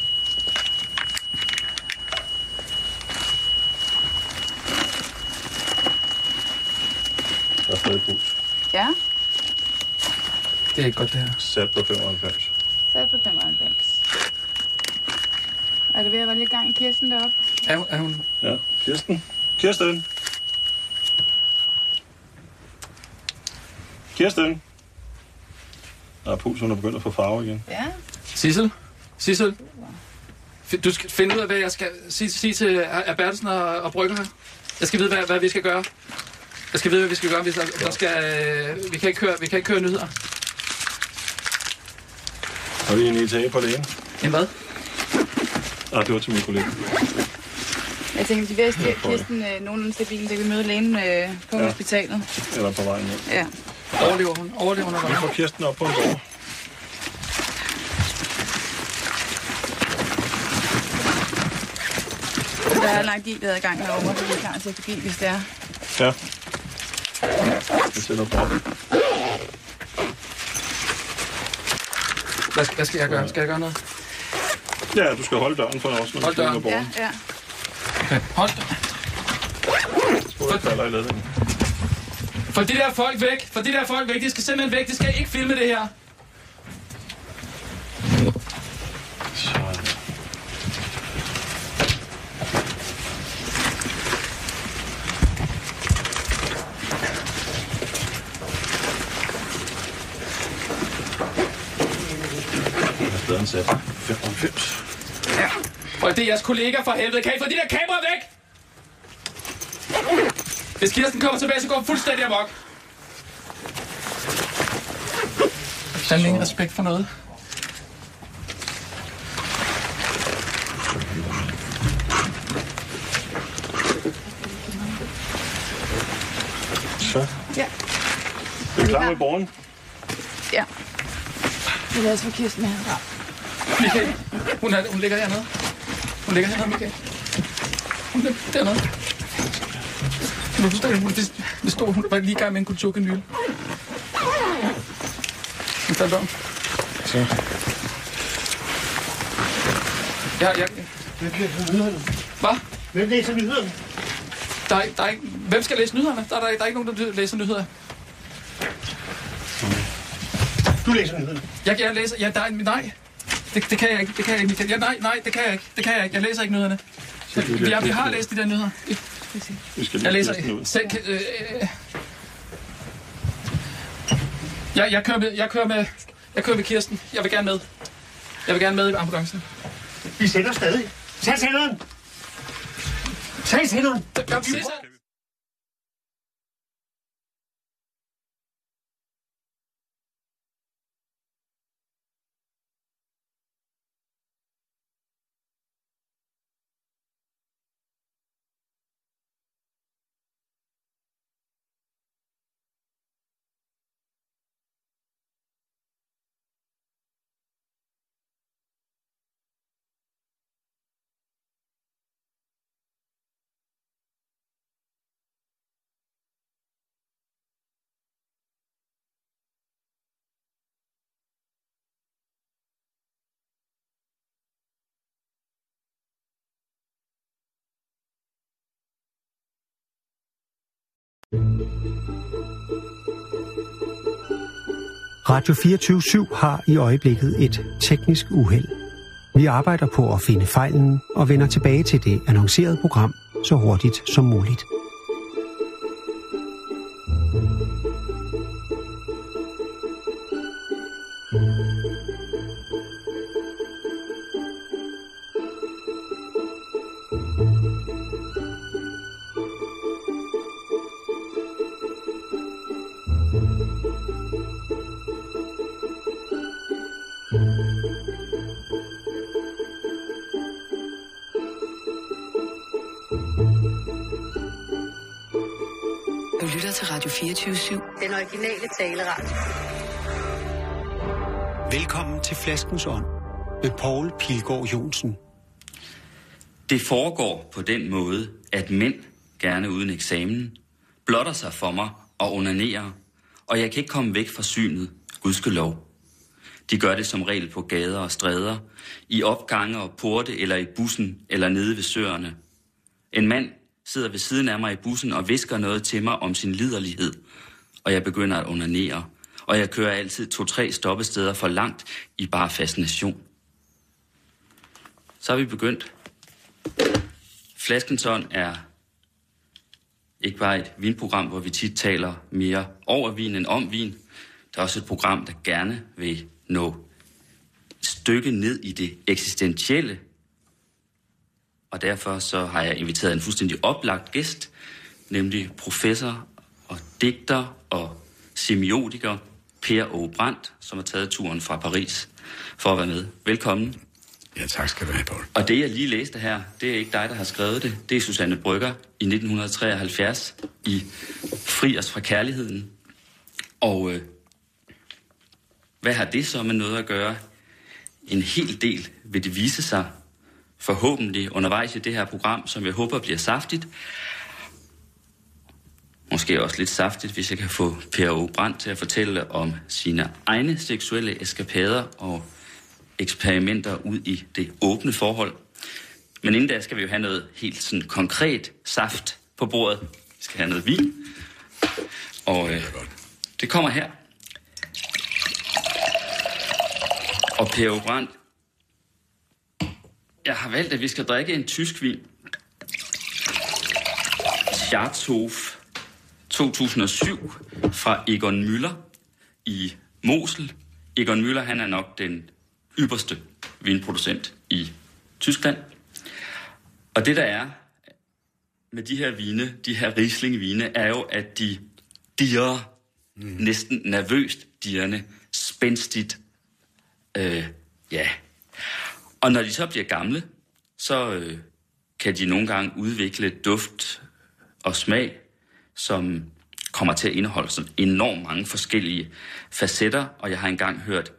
[SPEAKER 9] Der er stadig puls.
[SPEAKER 8] Ja.
[SPEAKER 5] Det er ikke godt, det her.
[SPEAKER 9] Sat på 95.
[SPEAKER 8] Sat på 95. Er det ved at være lidt gang i Kirsten deroppe?
[SPEAKER 5] Er hun?
[SPEAKER 9] Ja, Kirsten. Kirsten. Kirsten. Der er puls, hun er begyndt at få farve igen.
[SPEAKER 8] Ja.
[SPEAKER 5] Sissel? Du skal finde ud af, hvad jeg skal sige til Bertelsen og Brygger her. Jeg skal vide, hvad vi skal gøre. Jeg skal vide, hvad vi skal gøre, hvis der skal... Vi kan ikke køre nyheder.
[SPEAKER 9] Har vi en etage på lægen?
[SPEAKER 5] En hvad?
[SPEAKER 9] Det var til min kollega.
[SPEAKER 8] Jeg tænker, de vidste, at Kirsten nogenlunde stabil, så vi møde lægen på hospitalet.
[SPEAKER 9] Eller på vejen ned.
[SPEAKER 8] Ja.
[SPEAKER 5] Overlever hun?
[SPEAKER 9] Vi får Kirsten op på en gård.
[SPEAKER 8] Der er lagt adgang herovre, så vi er klar til at forgive, hvis det er.
[SPEAKER 9] Ja. Jeg sætter på.
[SPEAKER 5] Hvad skal jeg gøre? Skal jeg gøre noget?
[SPEAKER 9] Ja, du skal holde døren for os, når du skal med borgen.
[SPEAKER 8] Ja.
[SPEAKER 5] Okay, hold døren. Få de der folk væk. Få de der folk væk. De skal simpelthen væk. De skal ikke filme det her.
[SPEAKER 9] Sat 95.
[SPEAKER 5] Ja. Og det er jeres kollegaer for helvede. Kan I få de der kameraer væk? Hvis Kirsten kommer tilbage, så går hun fuldstændig amok. Der er ingen respekt for noget.
[SPEAKER 9] Så.
[SPEAKER 8] Ja.
[SPEAKER 9] Er du klar med borgen?
[SPEAKER 8] Ja. Det er altså for Kirsten her. Ja.
[SPEAKER 5] Michael, hun ligger hernede. Hun ligger hernede, Michael. Hun ligger dernede. Nu forstår jeg, hun var lige i gang med en kulturkanyl. Hun faldt om.
[SPEAKER 9] Så.
[SPEAKER 5] Ja.
[SPEAKER 10] Hvem læser nyhederne?
[SPEAKER 5] Hvad?
[SPEAKER 10] Hvem læser nyhederne?
[SPEAKER 5] Der er ikke... Hvem skal læse nyhederne? Der er ikke nogen, der læser nyheder.
[SPEAKER 10] Du læser nyhederne?
[SPEAKER 5] Jeg læser... Ja, nej. Det kan jeg ikke. Det kan jeg ikke, Michael. Ja, nej, det kan jeg ikke. Det kan jeg ikke. Jeg læser ikke nyhederne. Vi har læst de der nyheder. Jeg læser ikke. Jeg kører med Kirsten. Jeg vil gerne med i ambulancen.
[SPEAKER 10] Vi sender stadig. Tag senderen! Tag senderen!
[SPEAKER 3] Radio 24/7 har i øjeblikket et teknisk uheld. Vi arbejder på at finde fejlen og vender tilbage til det annoncerede program så hurtigt som muligt.
[SPEAKER 1] Du lytter til Radio 24/7.
[SPEAKER 11] Den originale taleradio.
[SPEAKER 3] Velkommen til Flaskens Ånd med Poul Pilgaard Johnsen.
[SPEAKER 12] Det foregår på den måde, at mænd, gerne uden eksamen, blotter sig for mig og onanerer, og jeg kan ikke komme væk fra synet, gudskelov. De gør det som regel på gader og stræder, i opgange og porte eller i bussen eller nede ved søerne. En mand sidder ved siden af mig i bussen og visker noget til mig om sin liderlighed, og jeg begynder at onanere, og jeg kører altid 2-3 stoppesteder for langt i bare fascination. Så er vi begyndt. Flaskens Ånd er ikke bare et vinprogram, hvor vi tit taler mere over vin end om vin. Det er også et program, der gerne vil nå et stykke ned i det eksistentielle. Og derfor så har jeg inviteret en fuldstændig oplagt gæst, nemlig professor og digter og semiotiker Per Aage Brandt, som har taget turen fra Paris for at være med. Velkommen.
[SPEAKER 13] Ja, tak skal du have, Poul.
[SPEAKER 12] Og det, jeg lige læste her, det er ikke dig, der har skrevet det. Det er Susanne Brøgger i 1973 i Fri os fra kærligheden. Og hvad har det så med noget at gøre? En hel del vil det vise sig forhåbentlig undervejs i det her program, som jeg håber bliver saftigt. Måske også lidt saftigt, hvis jeg kan få Per Aage Brandt til at fortælle om sine egne seksuelle eskapader og eksperimenter ud i det åbne forhold. Men inden da skal vi jo have noget helt sådan konkret saft på bordet. Vi skal have noget vin. Og det kommer her. Og Per Brandt, jeg har valgt, at vi skal drikke en tysk vin. Schwarzhof 2007 fra Egon Müller i Mosel. Egon Müller, han er nok den ypperste vinproducent i Tyskland. Og det der er med de her vine, de her Riesling-vine, er jo, at de dirrer næsten nervøst dirrende, spændstigt. Ja. Og når de så bliver gamle, så kan de nogle gange udvikle duft og smag, som kommer til at indeholde sådan enormt mange forskellige facetter. Og jeg har engang hørt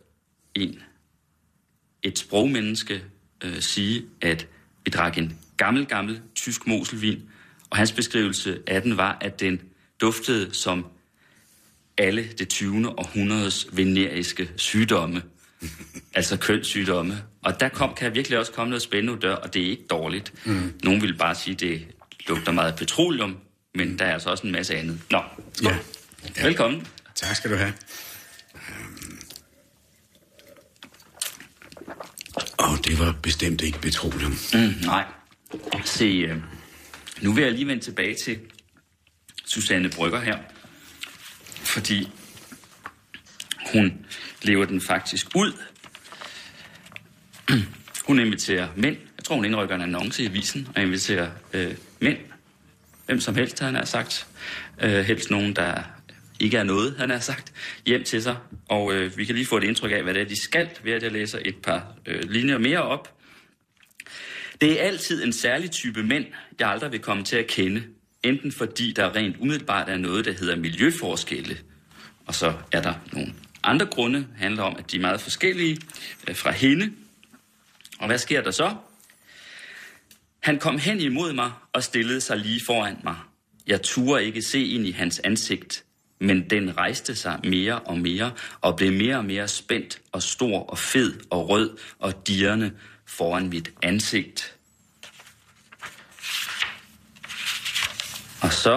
[SPEAKER 12] et sprogmenneske sige, at vi drak en gammel tysk moselvin, og hans beskrivelse af den var, at den duftede som alle det 20. århundredes veneriske sygdomme, altså kønssygdomme. Og der kan virkelig også komme noget spændende ud der, og det er ikke dårligt. Nogen vil bare sige, at det lugter meget petroleum, men der er altså også en masse andet. Nå, skål. Ja. Velkommen.
[SPEAKER 13] Tak skal du have. Det var bestemt ikke petroleum.
[SPEAKER 12] Nej. Se, nu vil jeg lige vende tilbage til Susanne Brøgger her. Fordi hun lever den faktisk ud. Hun inviterer mænd. Jeg tror, hun indrykker en annonce i avisen og inviterer mænd. Hvem som helst, han har sagt. Helst nogen, der ikke er noget, han har sagt, hjem til sig. Og vi kan lige få et indtryk af, hvad det er, de skal, ved at jeg læser et par linjer mere op. Det er altid en særlig type mænd, jeg aldrig vil komme til at kende. Enten fordi der rent umiddelbart er noget, der hedder miljøforskelle. Og så er der nogle andre grunde, handler om, at de er meget forskellige fra hende. Og hvad sker der så? Han kom hen imod mig og stillede sig lige foran mig. Jeg turde ikke se ind i hans ansigt, men den rejste sig mere og mere og blev mere og mere spændt og stor og fed og rød og dirrende foran mit ansigt. Og så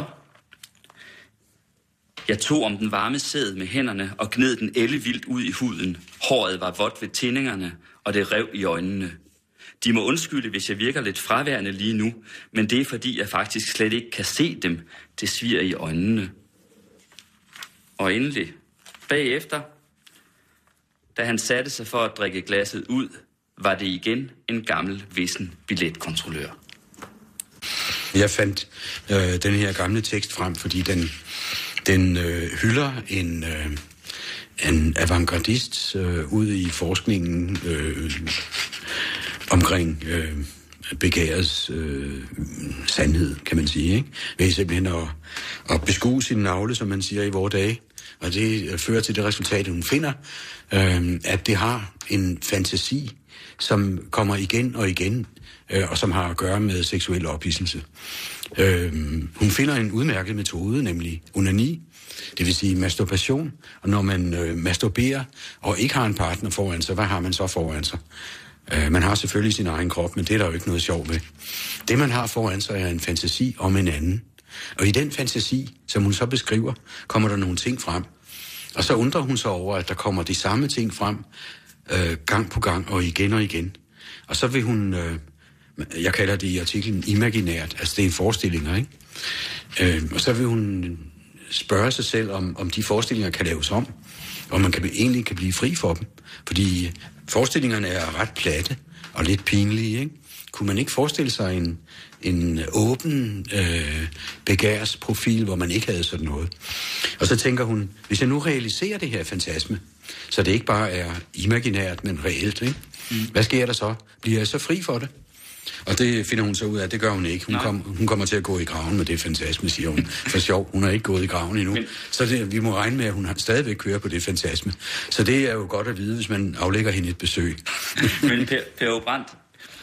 [SPEAKER 12] jeg tog om den varme sæd med hænderne og gned den ellevildt ud i huden. Håret var vådt ved tindingerne, og det rev i øjnene. De må undskylde, hvis jeg virker lidt fraværende lige nu, men det er fordi, jeg faktisk slet ikke kan se dem. Det svier i øjnene. Og endelig, bagefter, da han satte sig for at drikke glasset ud, var det igen en gammel, vissen billetkontrollør.
[SPEAKER 13] Jeg fandt den her gamle tekst frem, fordi den hylder en avantgardist ud i forskningen omkring begærets sandhed, kan man sige, ikke? Ved simpelthen at beskue sin navle, som man siger i vore dage. Og det fører til det resultat, hun finder, at det har en fantasi, som kommer igen og igen, og som har at gøre med seksuel ophidselse. Hun finder en udmærket metode, nemlig onani, det vil sige masturbation. Og når man masturberer og ikke har en partner foran sig, hvad har man så foran sig? Man har selvfølgelig sin egen krop, men det er der jo ikke noget sjovt ved. Det, man har foran sig, er en fantasi om en anden. Og i den fantasi, som hun så beskriver, kommer der nogle ting frem. Og så undrer hun sig over, at der kommer de samme ting frem gang på gang og igen og igen. Og så vil hun, jeg kalder det i artiklen imaginært, altså det er en forestillinger, ikke? Og så vil hun spørge sig selv, om de forestillinger kan laves om, og man egentlig kan blive fri for dem. Fordi forestillingerne er ret platte og lidt pinlige, ikke? Kunne man ikke forestille sig en åben begærsprofil, hvor man ikke havde sådan noget? Og så tænker hun, hvis jeg nu realiserer det her fantasme, så det ikke bare er imaginært, men reelt, ikke? Hvad sker der så? Bliver jeg så fri for det? Og det finder hun så ud af, det gør hun ikke. Hun kommer til at gå i graven med det fantasme, siger hun. For sjov, hun har ikke gået i graven endnu. Så vi må regne med, at hun stadigvæk kører på det fantasme. Så det er jo godt at vide, hvis man aflægger hende et besøg.
[SPEAKER 12] Men Per Brandt,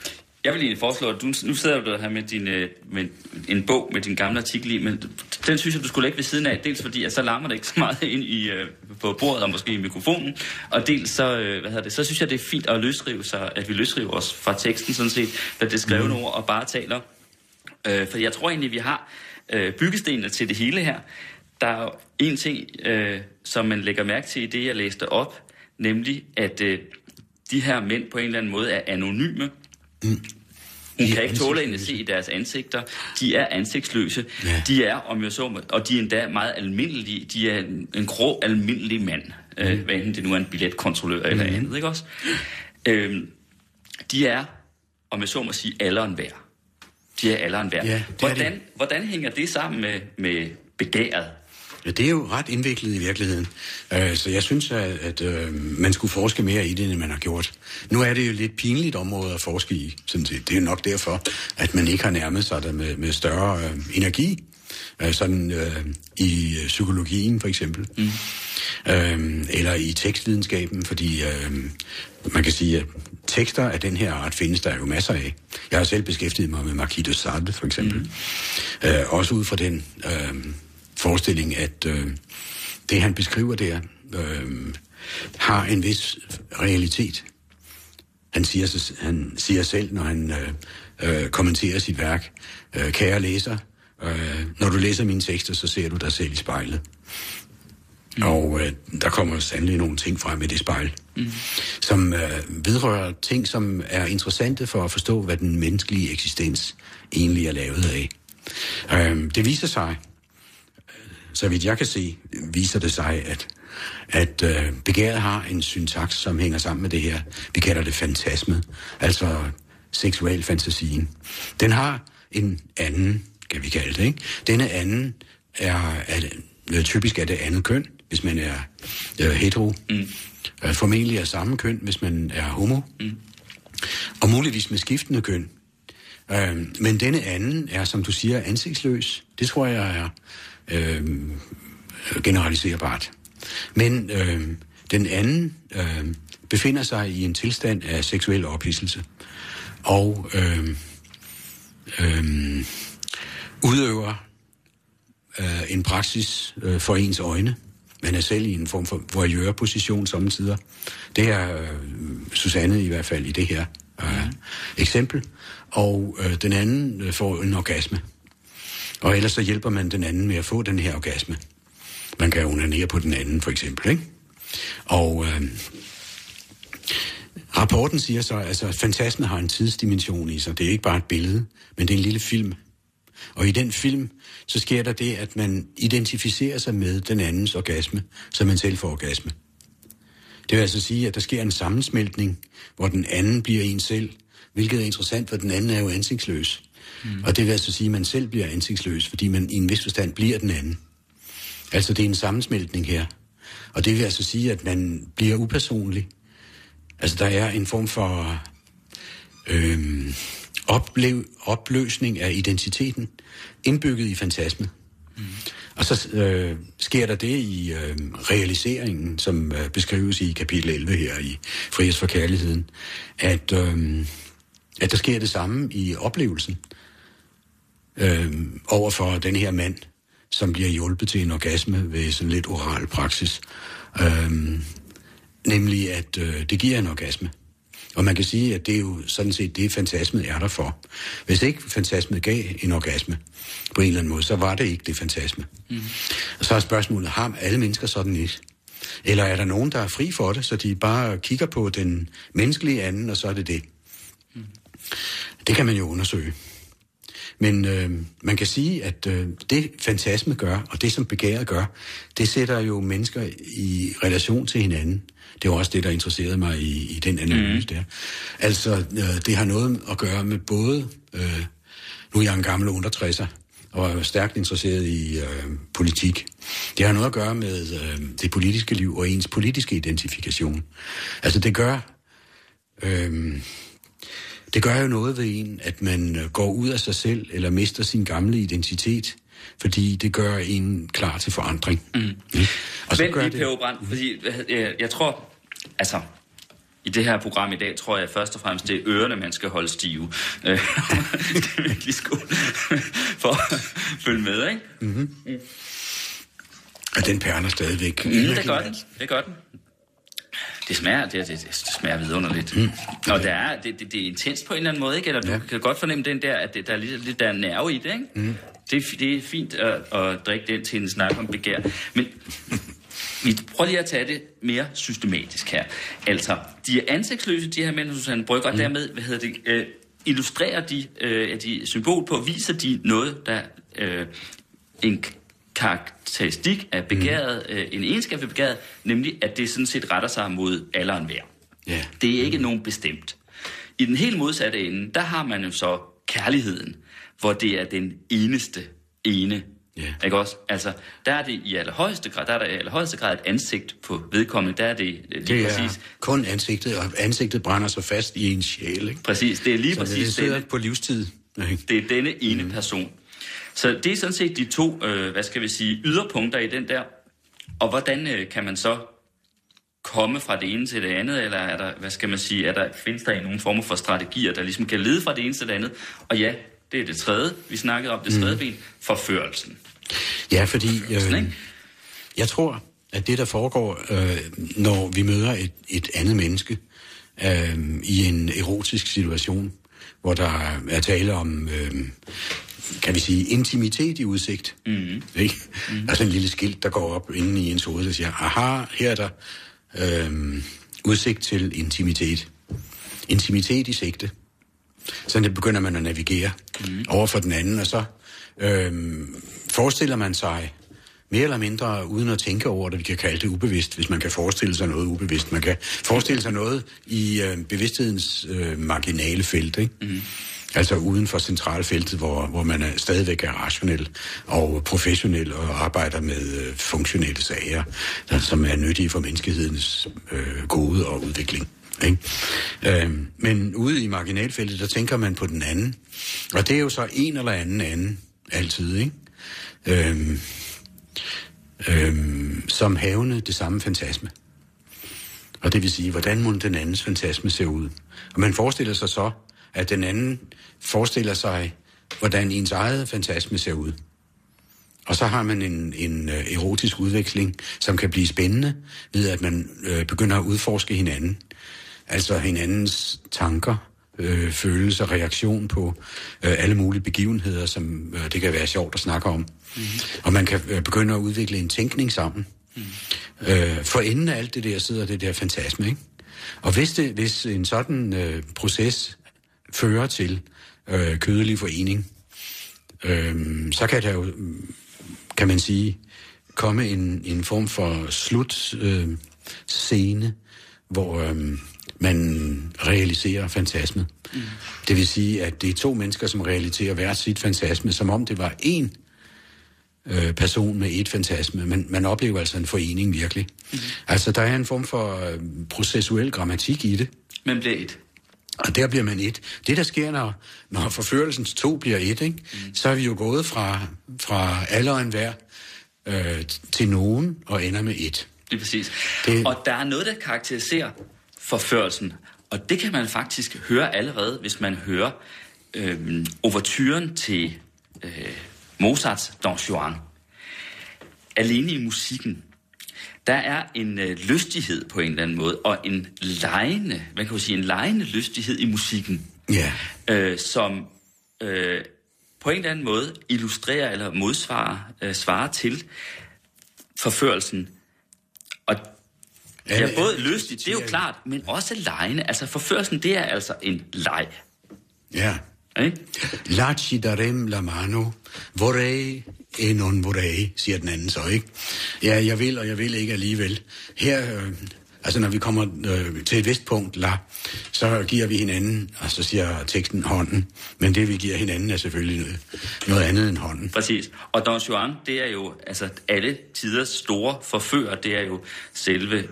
[SPEAKER 12] Jeg vil egentlig foreslå, at nu sidder du her med en bog med din gamle artikel i, men den synes jeg, du skulle lægge ved siden af. Dels fordi, at så larmer det ikke så meget ind på bordet og måske i mikrofonen. Og dels så synes jeg, det er fint at løsrive sig, at vi løsriver os fra teksten sådan set, hvad det skrevne ord og bare taler. For jeg tror egentlig, vi har byggestenene til det hele her. Der er jo en ting, som man lægger mærke til i det, jeg læste op, nemlig at de her mænd på en eller anden måde er anonyme. Hun kan ikke tåle at se i deres ansigter. De er ansigtsløse. Ja. De er, om jeg så, og de er endda meget almindelige. De er en grå, almindelig mand. Hvad enten det nu er en billetkontrollør eller andet, ikke også? De er, om jeg så må sige, alderen værd. De er alderen værd. Ja, hvordan hænger det sammen med begæret?
[SPEAKER 13] Ja, det er jo ret indviklet i virkeligheden. Så jeg synes, at man skulle forske mere i det, end man har gjort. Nu er det jo lidt pinligt område at forske i, sådan set. Det er nok derfor, at man ikke har nærmet sig det med større energi. I psykologien, for eksempel. Eller i tekstvidenskaben, fordi man kan sige, at tekster af den her art findes der jo masser af. Jeg har selv beskæftiget mig med Marquis de Sade, for eksempel. Også ud fra den forestilling, at det, han beskriver der, har en vis realitet. Han siger selv, når han kommenterer sit værk, kære læser, når du læser mine tekster, så ser du dig selv i spejlet. Og der kommer sandelig nogle ting frem i det spejl, som vedrører ting, som er interessante for at forstå, hvad den menneskelige eksistens egentlig er lavet af. Det viser sig, så vidt jeg kan se, viser det sig, at begæret har en syntaks, som hænger sammen med det her. Vi kalder det fantasmet, altså seksuel fantasien. Den har en anden, kan vi kalde det, ikke? Denne anden er typisk af det andet køn, hvis man er hetero. Formentlig af samme køn, hvis man er homo. Og muligvis med skiftende køn. Men denne anden er, som du siger, ansigtsløs. Det tror jeg er generaliserbart. Men den anden befinder sig i en tilstand af seksuel ophidselse. Og udøver en praksis for ens øjne. Man er selv i en form for voyeur-position sommetider. Det er Susanne i hvert fald i det her eksempel. Og den anden får en orgasme. Og ellers så hjælper man den anden med at få den her orgasme. Man kan onanere på den anden, for eksempel, ikke? Og rapporten siger så, at fantasmen har en tidsdimension i sig. Det er ikke bare et billede, men det er en lille film. Og i den film, så sker der det, at man identificerer sig med den andens orgasme, så man selv får orgasme. Det vil altså sige, at der sker en sammensmeltning, hvor den anden bliver en selv, hvilket er interessant, for den anden er jo ansigtsløs. Og det vil altså sige, at man selv bliver ansigtsløs, fordi man i en vis forstand bliver den anden. Altså det er en sammensmeltning her. Og det vil altså sige, at man bliver upersonlig. Altså der er en form for opløsning af identiteten, indbygget i fantasmet. Og så sker der det i realiseringen, som beskrives i kapitel 11 her i Frihed for Kærligheden, at der sker det samme i oplevelsen overfor den her mand, som bliver hjulpet til en orgasme ved sådan lidt oral praksis. Nemlig at det giver en orgasme. Og man kan sige, at det er jo sådan set det, fantasmet er der for. Hvis ikke fantasmet gav en orgasme på en eller anden måde, så var det ikke det fantasme. Og så er spørgsmålet, har alle mennesker sådan et? Eller er der nogen, der er fri for det, så de bare kigger på den menneskelige anden, og så er det det? Det kan man jo undersøge. Men man kan sige, at det fantasme gør, og det som begæret gør, det sætter jo mennesker i relation til hinanden. Det var også det, der interesserede mig i den analyse der. Altså, det har noget at gøre med både, nu er jeg en gammel undertræsser, og er stærkt interesseret i politik. Det har noget at gøre med det politiske liv og ens politiske identifikation. Altså, det gør jo noget ved en, at man går ud af sig selv, eller mister sin gamle identitet, fordi det gør en klar til forandring.
[SPEAKER 12] Og så gør det... Fordi jeg tror, altså, i det her program i dag, tror jeg først og fremmest, det er ørerne, man skal holde stive. Det er virkelig skole for at følge med, ikke?
[SPEAKER 13] Mm-hmm. Og den perler stadigvæk.
[SPEAKER 12] Det gør den. Det smager vidunderligt. Og det er intenst på en eller anden måde, ikke? Eller du kan godt fornemme den der, at der er lidt der nerve i det, ikke? Det er fint at drikke den til en snak om begær. Men vi prøver lige at tage det mere systematisk her. Altså, de er ansigtsløse, de her mænd, Susanne Brøgger, og dermed, illustrerer de symbol på, viser de noget, der en karakteristik af begæret, en egenskab ved begæret, nemlig at det sådan set retter sig mod alle og enhver.
[SPEAKER 13] Yeah.
[SPEAKER 12] Det er ikke nogen bestemt. I den helt modsatte ende, der har man jo så kærligheden, hvor det er den eneste ene.
[SPEAKER 13] Yeah.
[SPEAKER 12] Ikke også? Altså, der er det i allerhøjeste grad et ansigt på vedkommende. Der er det lige præcis.
[SPEAKER 13] Kun ansigtet, og ansigtet brænder sig fast i en sjæl, ikke?
[SPEAKER 12] Præcis, det er lige præcis
[SPEAKER 13] det. Sidder på livstid.
[SPEAKER 12] Det er denne ene person. Så det er sådan set de to, yderpunkter i den der. Og hvordan kan man så komme fra det ene til det andet, eller er der, findes der nogen former for strategier, der ligesom kan lede fra det ene til det andet? Og ja, det er det tredje, vi snakkede om, det tredje ben, forførelsen.
[SPEAKER 13] Ja, fordi jeg tror, at det, der foregår, når vi møder et andet menneske i en erotisk situation, hvor der er tale om, kan vi sige, intimitet i udsigt. Ikke? Altså en lille skilt, der går op inde i ens hoved, der siger, aha, her er der udsigt til intimitet. Intimitet i sigte. Så det begynder man at navigere over for den anden, og så forestiller man sig mere eller mindre, uden at tænke over det, vi kan kalde det ubevidst, hvis man kan forestille sig noget ubevidst. Man kan forestille sig noget i bevidsthedens marginale felt, ikke? Altså uden for centralfeltet, hvor man stadigvæk er rationel og professionel og arbejder med funktionelle sager, som er nyttige for menneskehedens gode og udvikling. Ikke? Men ude i marginalfeltet, der tænker man på den anden. Og det er jo så en eller anden altid, ikke? Som havende det samme fantasme. Og det vil sige, hvordan må den andens fantasme se ud. Og man forestiller sig så, at den anden forestiller sig, hvordan ens eget fantasme ser ud. Og så har man en erotisk udveksling, som kan blive spændende, ved at man begynder at udforske hinanden. Altså hinandens tanker, følelser, reaktion på alle mulige begivenheder, som det kan være sjovt at snakke om. Og man kan begynde at udvikle en tænkning sammen. For enden af alt det der sidder det der fantasme, ikke? Og hvis en sådan proces fører til kødelig forening, så kan der jo, kan man sige, komme en form for slutscene, hvor man realiserer fantasmet. Det vil sige, at det er to mennesker, som realiserer hver sit fantasme, som om det var én person med et fantasme, men man oplever altså en forening virkelig. Altså, der er en form for processuel grammatik i det.
[SPEAKER 12] Man bliver et.
[SPEAKER 13] Og der bliver man et. Det, der sker, når forførelsens to bliver et, ikke? Så er vi jo gået fra alle og enhver til nogen og ender med et.
[SPEAKER 12] Det er præcis. Og der er noget, der karakteriserer forførelsen, og det kan man faktisk høre allerede, hvis man hører ouverturen til Mozarts Don Juan. Alene i musikken, der er en lystighed på en eller anden måde, og en legende lystighed i musikken, som på en eller anden måde illustrerer eller svarer til forførelsen. Og det er både lystigt, det er jo klart, men også legende. Altså forførelsen, det er altså en leg.
[SPEAKER 13] Ja. La ci darem la mano, vorrei e non vorrei, siger den anden så, ikke? Ja, jeg vil, og jeg vil ikke alligevel. Her, altså når vi kommer til et vist punkt, så giver vi hinanden, og så siger teksten hånden, men det vi giver hinanden er selvfølgelig noget andet end hånden.
[SPEAKER 12] Præcis. Og Don Juan, det er jo altså alle tiders store forfører, det er jo selve...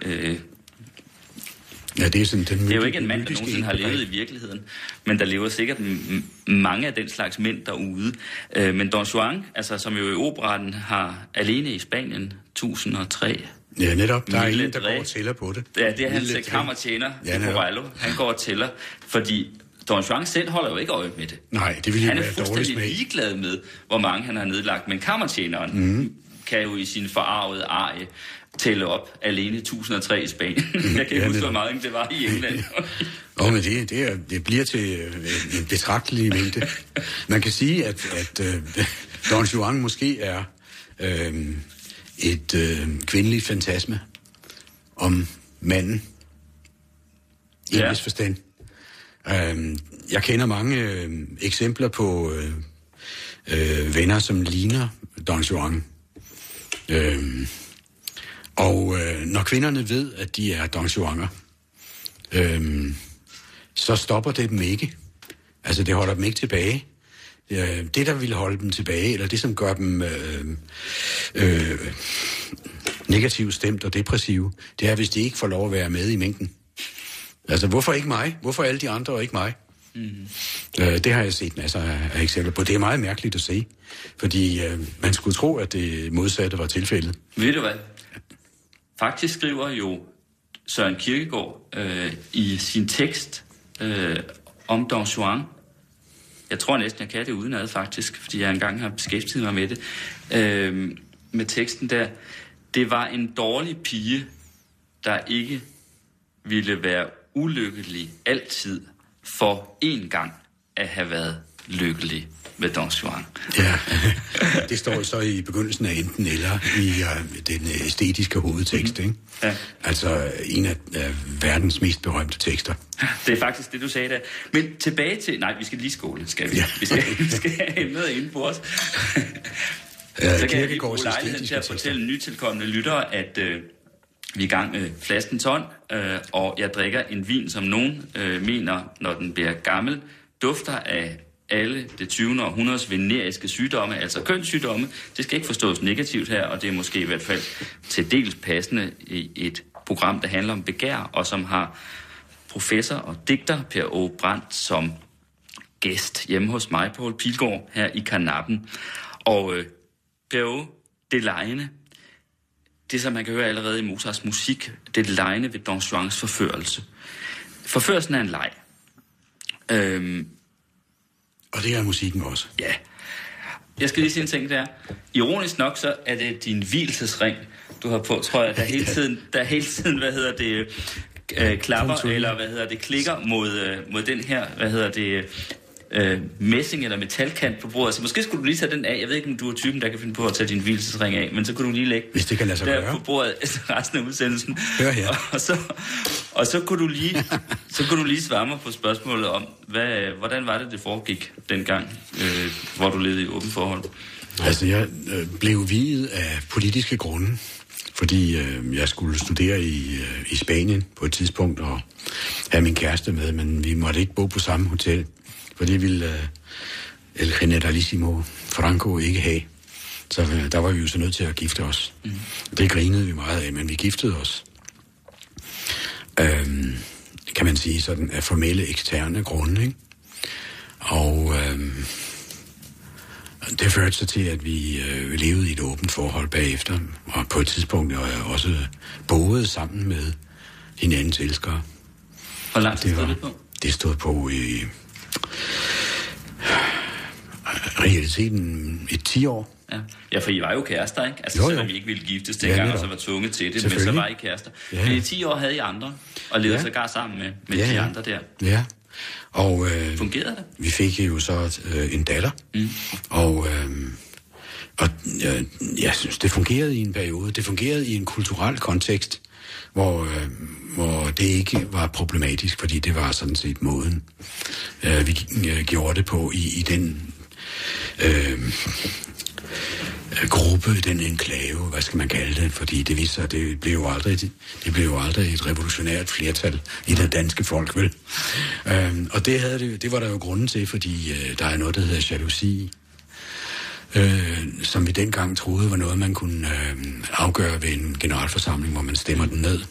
[SPEAKER 13] Ja, det er sådan den
[SPEAKER 12] det er jo ikke en mand, der nogensinde har levet i virkeligheden, men der lever sikkert mange af den slags mænd derude. Men Don Juan, altså, som jo i operaen har alene i Spanien 1003
[SPEAKER 13] Ja, netop. Der er en, der går og tæller på det.
[SPEAKER 12] Ja, det er hans kammertjener, Corello. Han går og tæller, fordi Don Juan selv holder jo ikke øje med det.
[SPEAKER 13] Nej, det vil jo være dårligt smag.
[SPEAKER 12] Han er fuldstændig ligeglad med, hvor mange han har nedlagt, men kammertjeneren kan jo i sin forarvede arie tælle op alene 1003 i Spanien. Jeg kan ikke huske, hvor meget det var i England.
[SPEAKER 13] Men det bliver til en betragtelig mængde. Man kan sige, at Don Juan måske er et kvindeligt fantasme om manden i en vis forstand. Jeg kender mange eksempler på venner, som ligner Don Juan. Når kvinderne ved, at de er Don Juaner, så stopper det dem ikke. Altså, det holder dem ikke tilbage. Det, der vil holde dem tilbage, eller det, som gør dem negativt stemt og depressive, det er, hvis de ikke får lov at være med i mængden. Altså, hvorfor ikke mig? Hvorfor alle de andre og ikke mig? Det har jeg set masser af eksempler på. Det er meget mærkeligt at se, fordi man skulle tro, at det modsatte var tilfældet.
[SPEAKER 12] Ved du hvad? Faktisk skriver jo Søren Kierkegaard i sin tekst om Don Juan. Jeg tror næsten, jeg kan det udenad faktisk, fordi jeg engang har beskæftiget mig med det. Med teksten der. Det var en dårlig pige, der ikke ville være ulykkelig altid for én gang at have været lykkelig med Don Juan.
[SPEAKER 13] Ja, det står så i begyndelsen af enten eller i den æstetiske hovedtekst, ikke? Ja. Altså en af verdens mest berømte tekster.
[SPEAKER 12] Det er faktisk det, du sagde der. Men tilbage til... Nej, vi skal lige skåle, skal vi. Ja. Vi skal have emnet inde på os. Så kan jeg lige bruge lejligheden til at fortælle nytilkommende lyttere, at vi er i gang med flaskens hånd, og jeg drikker en vin, som nogen mener, når den bliver gammel, dufter af alle det 20. århundredes veneriske sygdomme, altså kønssygdomme. Det skal ikke forstås negativt her, og det er måske i hvert fald til dels passende i et program, der handler om begær, og som har professor og digter Per Aage Brandt som gæst hjemme hos mig, Poul Pilgaard, her i Karnappen. Og Per Aage, det lejende, det som man kan høre allerede i Mozarts musik, det lejende ved Don Juans forførelse. Forførelsen er en leg.
[SPEAKER 13] Og det er musikken også.
[SPEAKER 12] Ja. Jeg skal lige sige en ting der. Ironisk nok, så er det din hvilesesring, du har på, tror jeg, der hele tiden, hvad hedder det, klapper, eller hvad hedder det, klikker mod den her, messing eller metalkant på bordet. Så måske skulle du lige tage den af. Jeg ved ikke, om du er typen, der kan finde på at tage din hvilesesring af, men så kunne du lige lægge
[SPEAKER 13] hvis det kan lade sig
[SPEAKER 12] der
[SPEAKER 13] gøre
[SPEAKER 12] på bordet resten af udsendelsen.
[SPEAKER 13] Hør her.
[SPEAKER 12] Og så kunne du lige svare mig på spørgsmålet om, hvordan var det foregik dengang, hvor du levede i åbent forhold?
[SPEAKER 13] Altså, jeg blev viet af politiske grunde, fordi jeg skulle studere i Spanien på et tidspunkt og have min kæreste med, men vi måtte ikke bo på samme hotel, for det ville El Generalissimo Franco ikke have. Så der var vi jo så nødt til at gifte os. Det grinede vi meget af, men vi giftede os. Kan man sige sådan af formelle eksterne grunde, ikke? Og det førte så til, at vi levede i et åbent forhold bagefter, og på et tidspunkt også boede sammen med hinandens elskere.
[SPEAKER 12] Hvor lang tid stod det på?
[SPEAKER 13] Det stod på i realiteten et 10 år.
[SPEAKER 12] Ja, for I var jo kærester, ikke? Altså, selvom vi ikke ville giftes dengang, og så var tvunget til det, men så var I kærester. Ja. Men i 10 år havde I andre, og levede sågar sammen med de andre der.
[SPEAKER 13] Ja. Og
[SPEAKER 12] fungerede det?
[SPEAKER 13] Vi fik jo så en datter, og jeg synes, det fungerede i en periode. Det fungerede i en kulturel kontekst, hvor det ikke var problematisk, fordi det var sådan set måden. Vi gjorde det på i den gruppe, den enklave, hvad skal man kalde det, fordi det viste sig, at det blev jo aldrig et revolutionært flertal i det danske folk, vel? Og det var der jo grunden til, fordi der er noget, der hedder jalousi, som vi dengang troede var noget, man kunne afgøre ved en generalforsamling, hvor man stemmer den ned.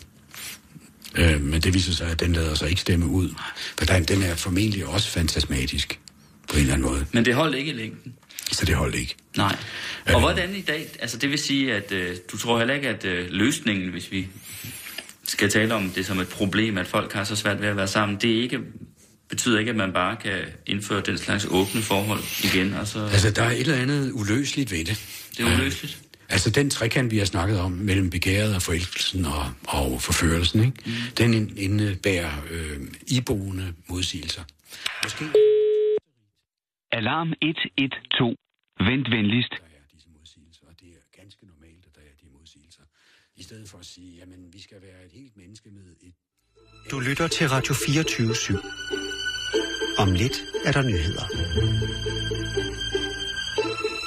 [SPEAKER 13] Men det viser sig, at den lader sig ikke stemme ud, for den er formentlig også fantasmatisk. på en eller anden måde.
[SPEAKER 12] Men det holdt ikke i længden?
[SPEAKER 13] Så det holdt ikke.
[SPEAKER 12] Nej. Og hvordan i dag? Altså det vil sige, at du tror heller ikke, at løsningen, hvis vi skal tale om det som et problem, at folk har så svært ved at være sammen, det ikke betyder ikke, at man bare kan indføre den slags åbne forhold igen?
[SPEAKER 13] Altså der er et eller andet uløseligt ved det.
[SPEAKER 12] Det er uløseligt?
[SPEAKER 13] Altså den trekant, vi har snakket om, mellem begæret og forelskelsen og forførelsen, ikke? Den indebærer iboende modsigelser. Måske...
[SPEAKER 11] Alarm 112. Vent venligst.
[SPEAKER 13] Der er disse modsigelser, og det er ganske normalt, at der er de modsigelser. I stedet for at sige, jamen vi skal være et helt menneske med et...
[SPEAKER 3] Du lytter til Radio 24/7. Om lidt er der nyheder.